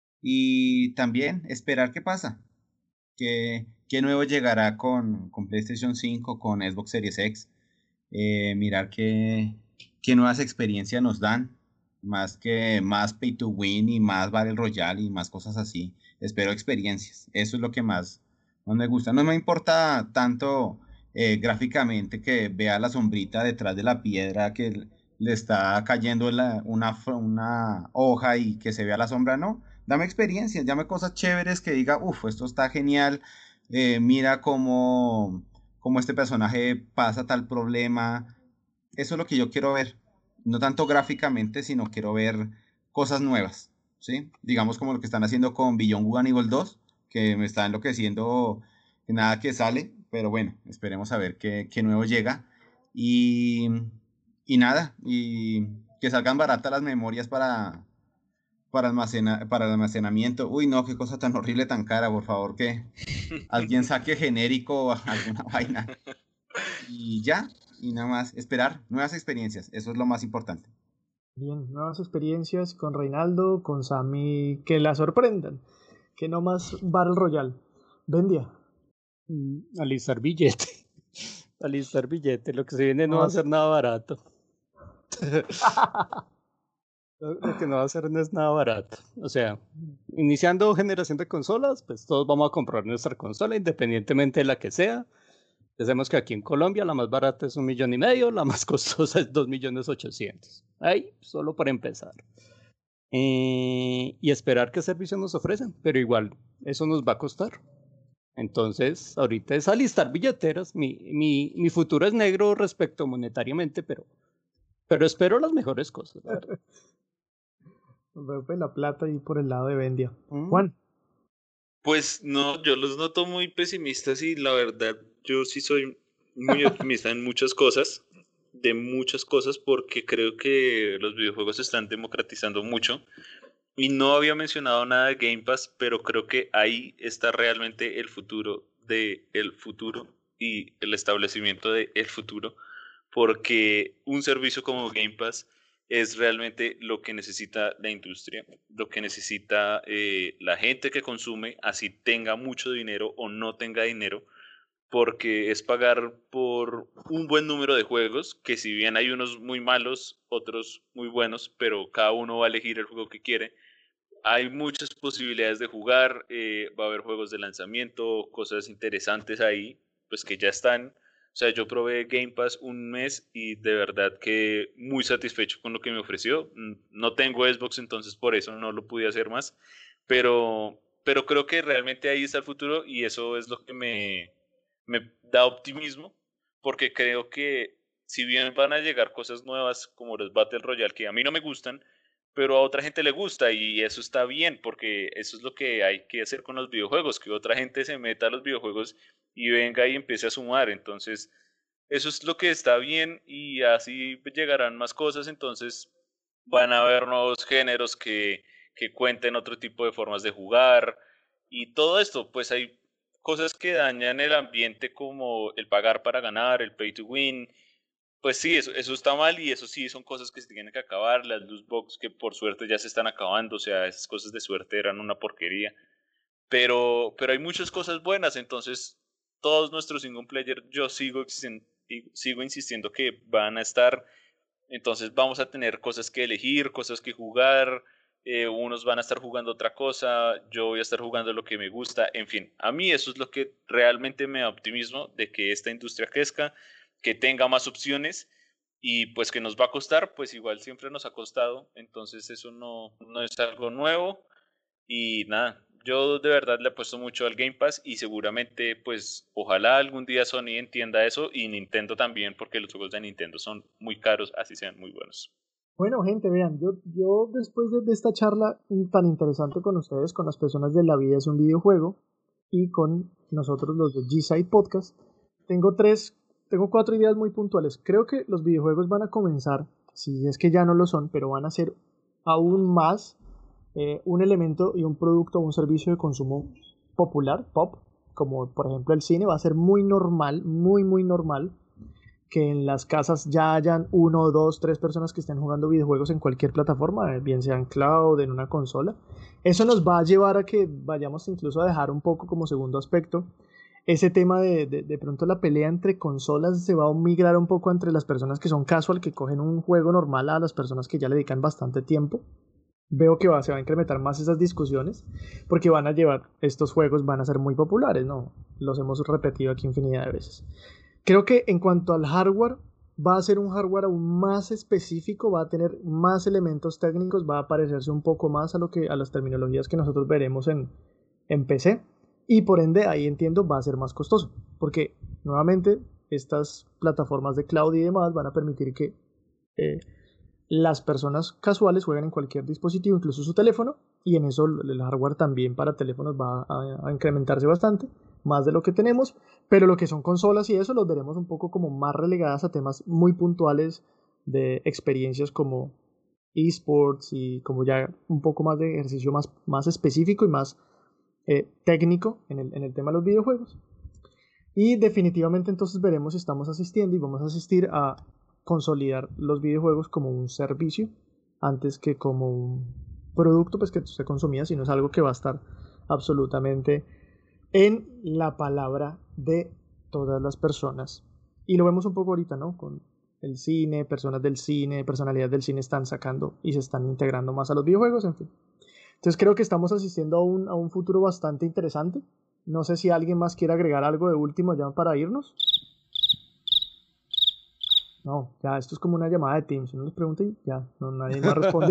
Y también esperar qué pasa. ¿Qué, qué nuevo llegará con, con PlayStation cinco, con Xbox Series X? Eh, mirar qué, qué nuevas experiencias nos dan. Más que más pay to win y más Battle Royale y más cosas así. Espero experiencias. Eso es lo que más, más me gusta. No me importa tanto eh, gráficamente que vea la sombrita detrás de la piedra que le está cayendo la, una, una hoja y que se vea la sombra. No, dame experiencias, dame cosas chéveres que diga, uff, esto está genial. Eh, mira cómo, cómo este personaje pasa tal problema. Eso es lo que yo quiero ver. No tanto gráficamente, sino quiero ver cosas nuevas, ¿sí? Digamos como lo que están haciendo con Beyond Good and Evil dos, que me está enloqueciendo que nada que sale, pero bueno, esperemos a ver qué, qué nuevo llega. Y, y nada, y que salgan baratas las memorias para, para, almacena, para el almacenamiento. Uy, no, qué cosa tan horrible, tan cara, por favor, que alguien saque genérico o alguna vaina. Y ya, y nada más, esperar nuevas experiencias, eso es lo más importante. Bien, nuevas experiencias con Reinaldo, con Sammy, que la sorprendan. Que no más Battle Royale. Bendia. Mm, Alistar billete. Alistar billete. Lo que se viene no va a ser nada barato. Lo, lo que no va a ser no es nada barato. O sea, iniciando generación de consolas, pues todos vamos a comprar nuestra consola, independientemente de la que sea. Pensemos que aquí en Colombia la más barata es un millón y medio, la más costosa es dos millones ochocientos. Ahí, solo para empezar. Eh, y esperar qué servicios nos ofrecen, pero igual eso nos va a costar. Entonces, ahorita es alistar billeteras. Mi, mi, mi futuro es negro respecto monetariamente, pero, pero espero las mejores cosas, la verdad. Veo pues la plata ahí por el lado de Vendia. Mm. Juan. Pues no, yo los noto muy pesimistas y la verdad yo sí soy muy optimista en muchas cosas, de muchas cosas, porque creo que los videojuegos se están democratizando mucho. Y no había mencionado nada de Game Pass, pero creo que ahí está realmente el futuro de el futuro y el establecimiento de el futuro, porque un servicio como Game Pass es realmente lo que necesita la industria, lo que necesita eh, la gente que consume, así tenga mucho dinero o no tenga dinero, porque es pagar por un buen número de juegos, que si bien hay unos muy malos, otros muy buenos, pero cada uno va a elegir el juego que quiere. Hay muchas posibilidades de jugar, eh, va a haber juegos de lanzamiento, cosas interesantes ahí, pues que ya están. O sea, yo probé Game Pass un mes y de verdad que muy satisfecho con lo que me ofreció. Mm, No tengo Xbox, entonces por eso no lo pude hacer más, pero, pero creo que realmente ahí está el futuro y eso es lo que me, me da optimismo, porque creo que si bien van a llegar cosas nuevas como los Battle Royale, que a mí no me gustan, pero a otra gente le gusta y eso está bien porque eso es lo que hay que hacer con los videojuegos, que otra gente se meta a los videojuegos y venga y empiece a sumar. Entonces, eso es lo que está bien y así llegarán más cosas, entonces van a haber nuevos géneros que, que cuenten otro tipo de formas de jugar y todo esto, pues hay cosas que dañan el ambiente como el pagar para ganar, el pay to win. Pues sí, eso, eso está mal y eso sí son cosas que se tienen que acabar, las loot box que por suerte ya se están acabando, o sea, esas cosas de suerte eran una porquería, pero, pero hay muchas cosas buenas, entonces todos nuestros single player yo sigo, existen- y sigo insistiendo que van a estar, entonces vamos a tener cosas que elegir, cosas que jugar, eh, unos van a estar jugando otra cosa, yo voy a estar jugando lo que me gusta, en fin, a mí eso es lo que realmente me da optimismo de que esta industria crezca, que tenga más opciones y pues que nos va a costar, pues igual siempre nos ha costado, entonces eso no, no es algo nuevo y nada, yo de verdad le apuesto mucho al Game Pass y seguramente pues ojalá algún día Sony entienda eso y Nintendo también porque los juegos de Nintendo son muy caros, así sean muy buenos. Bueno, gente, vean, yo, yo después de, de esta charla tan interesante con ustedes, con las personas de La Vida es un videojuego y con nosotros los de G-Side Podcast, tengo tres, tengo cuatro ideas muy puntuales. Creo que los videojuegos van a comenzar, si es que ya no lo son, pero van a ser aún más eh, un elemento y un producto o un servicio de consumo popular, pop, como por ejemplo el cine. Va a ser muy normal, muy, muy normal que en las casas ya hayan uno, dos, tres personas que estén jugando videojuegos en cualquier plataforma, eh, bien sea en cloud, en una consola. Eso nos va a llevar a que vayamos incluso a dejar un poco como segundo aspecto ese tema de, de, de pronto la pelea entre consolas se va a migrar un poco entre las personas que son casual, que cogen un juego normal, a las personas que ya le dedican bastante tiempo. Veo que va, se va a incrementar más esas discusiones porque van a llevar, estos juegos van a ser muy populares, ¿no? Los hemos repetido aquí infinidad de veces. Creo que en cuanto al hardware, va a ser un hardware aún más específico, va a tener más elementos técnicos, va a parecerse un poco más a, lo que, a las terminologías que nosotros veremos en, en P C. Y por ende, ahí entiendo, va a ser más costoso. Porque, nuevamente, estas plataformas de cloud y demás van a permitir que eh, las personas casuales jueguen en cualquier dispositivo, incluso su teléfono. Y en eso el hardware también para teléfonos va a, a incrementarse bastante, más de lo que tenemos. Pero lo que son consolas y eso los veremos un poco como más relegadas a temas muy puntuales de experiencias como esports y como ya un poco más de ejercicio más, más específico y más Eh, técnico en el, en el tema de los videojuegos. Y definitivamente entonces veremos si estamos asistiendo y vamos a asistir a consolidar los videojuegos como un servicio antes que como un producto pues que se consumía, sino es algo que va a estar absolutamente en la palabra de todas las personas. Y lo vemos un poco ahorita, ¿no? Con el cine, personas del cine, personalidades del cine están sacando y se están integrando más a los videojuegos, en fin. Entonces creo que estamos asistiendo a un, a un futuro bastante interesante. No sé si alguien más quiere agregar algo de último ya para irnos. No, ya esto es como una llamada de Teams. Uno les pregunta y ya, no, nadie más responde.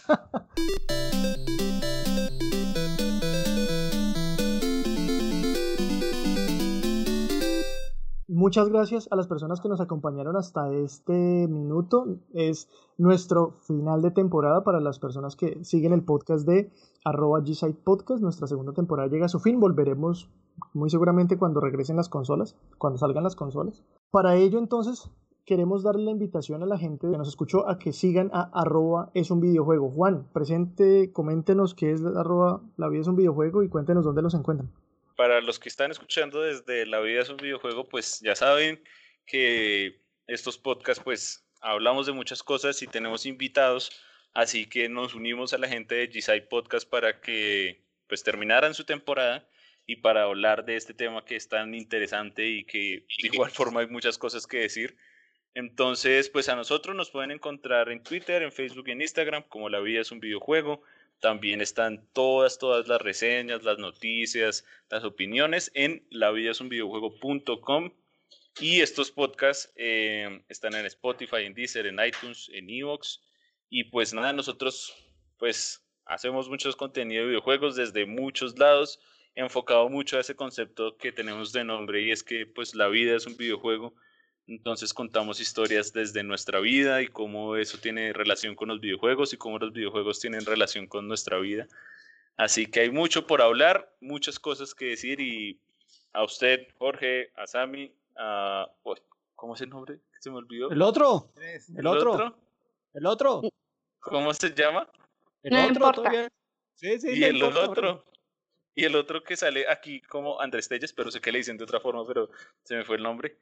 Muchas gracias a las personas que nos acompañaron hasta este minuto. Es nuestro final de temporada para las personas que siguen el podcast de arroba G-Side Podcast. Nuestra segunda temporada llega a su fin. Volveremos muy seguramente cuando regresen las consolas, cuando salgan las consolas. Para ello, entonces, queremos darle la invitación a la gente que nos escuchó a que sigan a arroba es un videojuego. Juan, presente, coméntenos qué es arroba la vida es un videojuego y cuéntenos dónde los encuentran. Para los que están escuchando desde La Vida es un Videojuego, pues ya saben que estos podcasts, pues hablamos de muchas cosas y tenemos invitados, así que nos unimos a la gente de G-Side Podcast para que pues terminaran su temporada y para hablar de este tema que es tan interesante y que de igual forma hay muchas cosas que decir. Entonces, pues a nosotros nos pueden encontrar en Twitter, en Facebook y en Instagram como La Vida es un Videojuego. También están todas, todas las reseñas, las noticias, las opiniones en la vida es un videojuego punto com. Y estos podcasts eh, están en Spotify, en Deezer, en iTunes, en iVoox. Y pues nada, nosotros pues hacemos muchos contenidos de videojuegos desde muchos lados, enfocado mucho a ese concepto que tenemos de nombre y es que pues la vida es un videojuego. Entonces contamos historias desde nuestra vida y cómo eso tiene relación con los videojuegos y cómo los videojuegos tienen relación con nuestra vida. Así que hay mucho por hablar, muchas cosas que decir y a usted, Jorge, a Sammy, a... ¿cómo es el nombre? Se me olvidó. El otro. ¿El, el otro. otro? El otro. ¿Cómo se llama? El no otro todavía. Sí, sí, y no el importa, otro. hombre. Y el otro que sale aquí como Andrés Telles, pero sé que le dicen de otra forma, pero se me fue el nombre.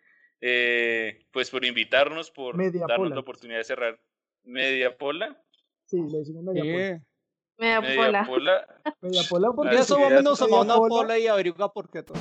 Eh, pues por invitarnos, por Media darnos Pola. la oportunidad de cerrar Media Pola. Sí, le decimos Media Pola. Sí. Media Media pola. Pola. Media Pola porque Y eso Así es. vámonos a Media una Pola. pola y averigua por qué todo.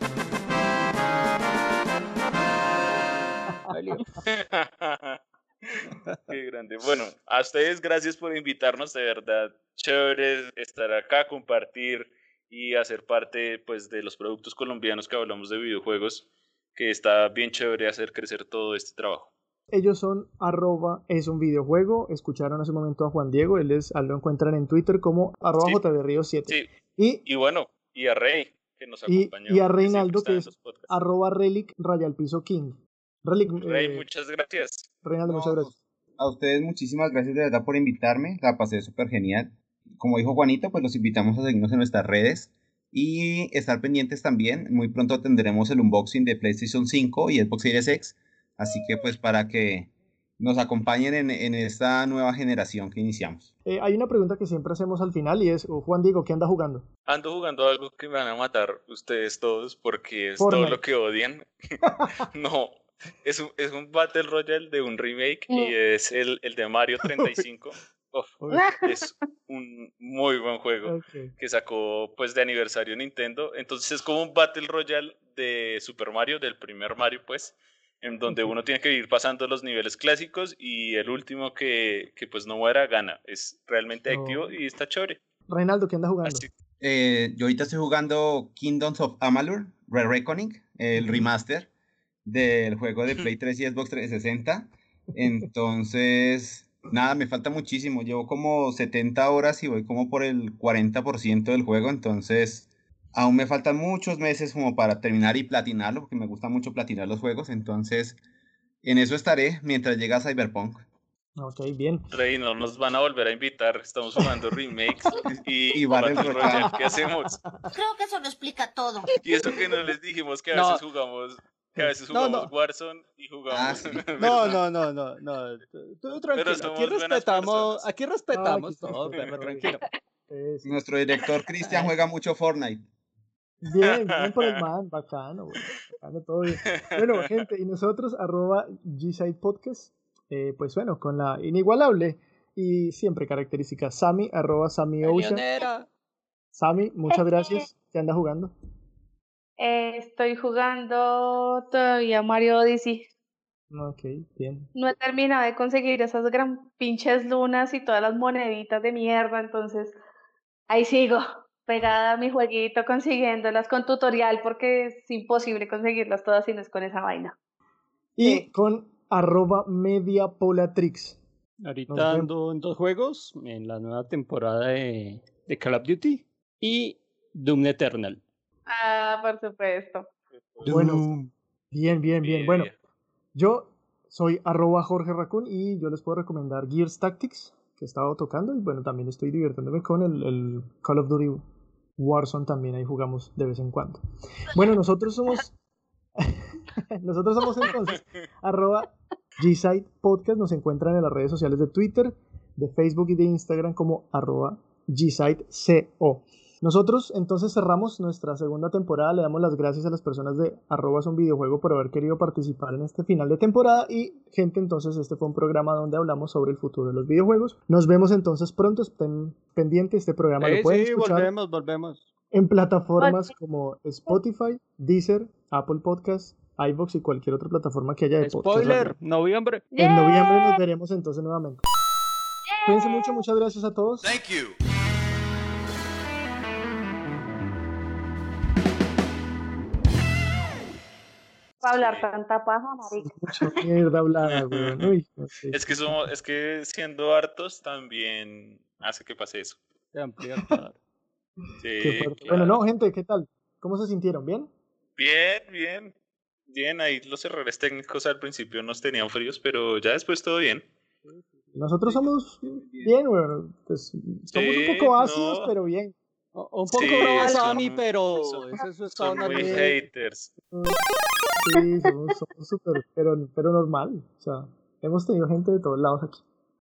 Qué grande. Bueno, a ustedes gracias por invitarnos, de verdad. Chévere estar acá, compartir y hacer parte pues de los productos colombianos que hablamos de videojuegos, que está bien chévere hacer crecer todo este trabajo. Ellos son arroba es un videojuego. Escucharon hace un momento a Juan Diego. Él es, lo encuentran en Twitter como arroba Sí. J B Río siete. Sí. Y, Y bueno, y a Rey, que nos y, acompañó. y a que Reinaldo, siempre que está en es los podcasts. arroba relic raya al piso king. Relic, Rey, eh, muchas gracias. Reinaldo, No, muchas gracias. A ustedes muchísimas gracias de verdad por invitarme, la pasé súper genial. Como dijo Juanito, pues los invitamos a seguirnos en nuestras redes y estar pendientes también. Muy pronto tendremos el unboxing de PlayStation cinco y Xbox Series X, así que pues para que nos acompañen en, en esta nueva generación que iniciamos. Eh, hay una pregunta que siempre hacemos al final y es, oh, Juan Diego, ¿qué anda jugando? Ando jugando algo que me van a matar ustedes todos porque es Fortnite. todo lo que odian. No, es un, es un Battle Royale de un remake y es el, el de Mario treinta y cinco. Uf, es un muy buen juego Okay. que sacó pues de aniversario Nintendo. Entonces es como un Battle Royale de Super Mario, del primer Mario pues, en donde Ok. uno tiene que ir pasando los niveles clásicos y el último que, que pues no muera gana. Es realmente No. adictivo y está chévere. Reinaldo, ¿qué anda jugando? Así, Eh, yo ahorita estoy jugando Kingdoms of Amalur, Re-Reckoning, el Ujú. remaster del juego de Play tres y Xbox trescientos sesenta. Entonces, nada, me falta muchísimo. Llevo como setenta horas y voy como por el cuarenta por ciento del juego. Entonces, aún me faltan muchos meses como para terminar y platinarlo, porque me gusta mucho platinar los juegos. Entonces, en eso estaré mientras llega Cyberpunk. Ok, bien. Rey, no nos van a volver a invitar. Estamos jugando remakes y, Y Battle Battle Royale. Royale. ¿Qué hacemos? Creo que eso lo explica todo. Y eso que no les dijimos que a No. veces jugamos, que a veces No, jugamos no. Warzone y jugamos. Ah, sí. No, no, no, no, no. Tú, tú tranquilo. somos Aquí buenas respetamos, personas. aquí respetamos No, aquí todo, sí, perro, sí. tranquilo. Eh, sí. Nuestro director Cristian juega mucho Fortnite. Bien, bien por el man, bacano, güey, bacano, todo bien. Bueno, gente, y nosotros, arroba G-Side Podcast, eh, pues bueno, con la inigualable y siempre característica Sammy, arroba Sammy Ocean. Cañonera. Sammy, muchas gracias, ¿qué anda jugando? Eh, estoy jugando todavía Mario Odyssey. Ok, bien. No he terminado de conseguir esas gran pinches lunas y todas las moneditas de mierda, entonces ahí sigo, pegada a mi jueguito, consiguiéndolas con tutorial, porque es imposible conseguirlas todas si no es con esa vaina. Y Sí. con arroba mediapolatrix. Ahorita Nos vemos. ando en dos juegos, en la nueva temporada de, de Call of Duty y Doom Eternal. Ah, por supuesto. Bueno, Doom. bien, bien, bien. Bien, Bueno, bien. yo soy arroba Jorge Raccoon y yo les puedo recomendar Gears Tactics, que he estado tocando, y bueno, también estoy divirtiéndome con el, el Call of Duty Warzone, también ahí jugamos de vez en cuando. Bueno, nosotros somos nosotros somos entonces arroba Gsite Podcast, nos encuentran en las redes sociales de Twitter, de Facebook y de Instagram como arroba GSiteCO. Nosotros entonces cerramos nuestra segunda temporada, le damos las gracias a las personas de arroba son videojuego por haber querido participar en este final de temporada y gente, entonces este fue un programa donde hablamos sobre el futuro de los videojuegos. Nos vemos entonces pronto, estén pendientes, este programa Eh, lo pueden sí, escuchar volvemos, volvemos. en plataformas como Spotify, Deezer, Apple Podcasts, iVoox y cualquier otra plataforma que haya de podcast. Spoiler, noviembre. En noviembre nos veremos entonces nuevamente. Cuídense mucho, muchas gracias a todos. Thank you. Para hablar Sí. tanta paja, marica. Mucha mierda hablada, weón. Uy, no sé. Es que somos, es que siendo hartos también hace que pase eso. Se amplía el radar. Qué Sí, fuerte. Bueno, claro. no, gente, ¿qué tal? ¿Cómo se sintieron? ¿Bien? Bien, bien. Bien, ahí los errores técnicos al principio nos tenían fríos, pero ya después todo bien. Nosotros somos bien, weón. Pues, somos un Sí, poco ácidos, no. pero bien. O- Un poco Sí, bravo son- Sammy, pero son- ese es su estado Son muy natural. haters. Sí, somos somos súper, pero, pero normal. O sea, hemos tenido gente de todos lados aquí.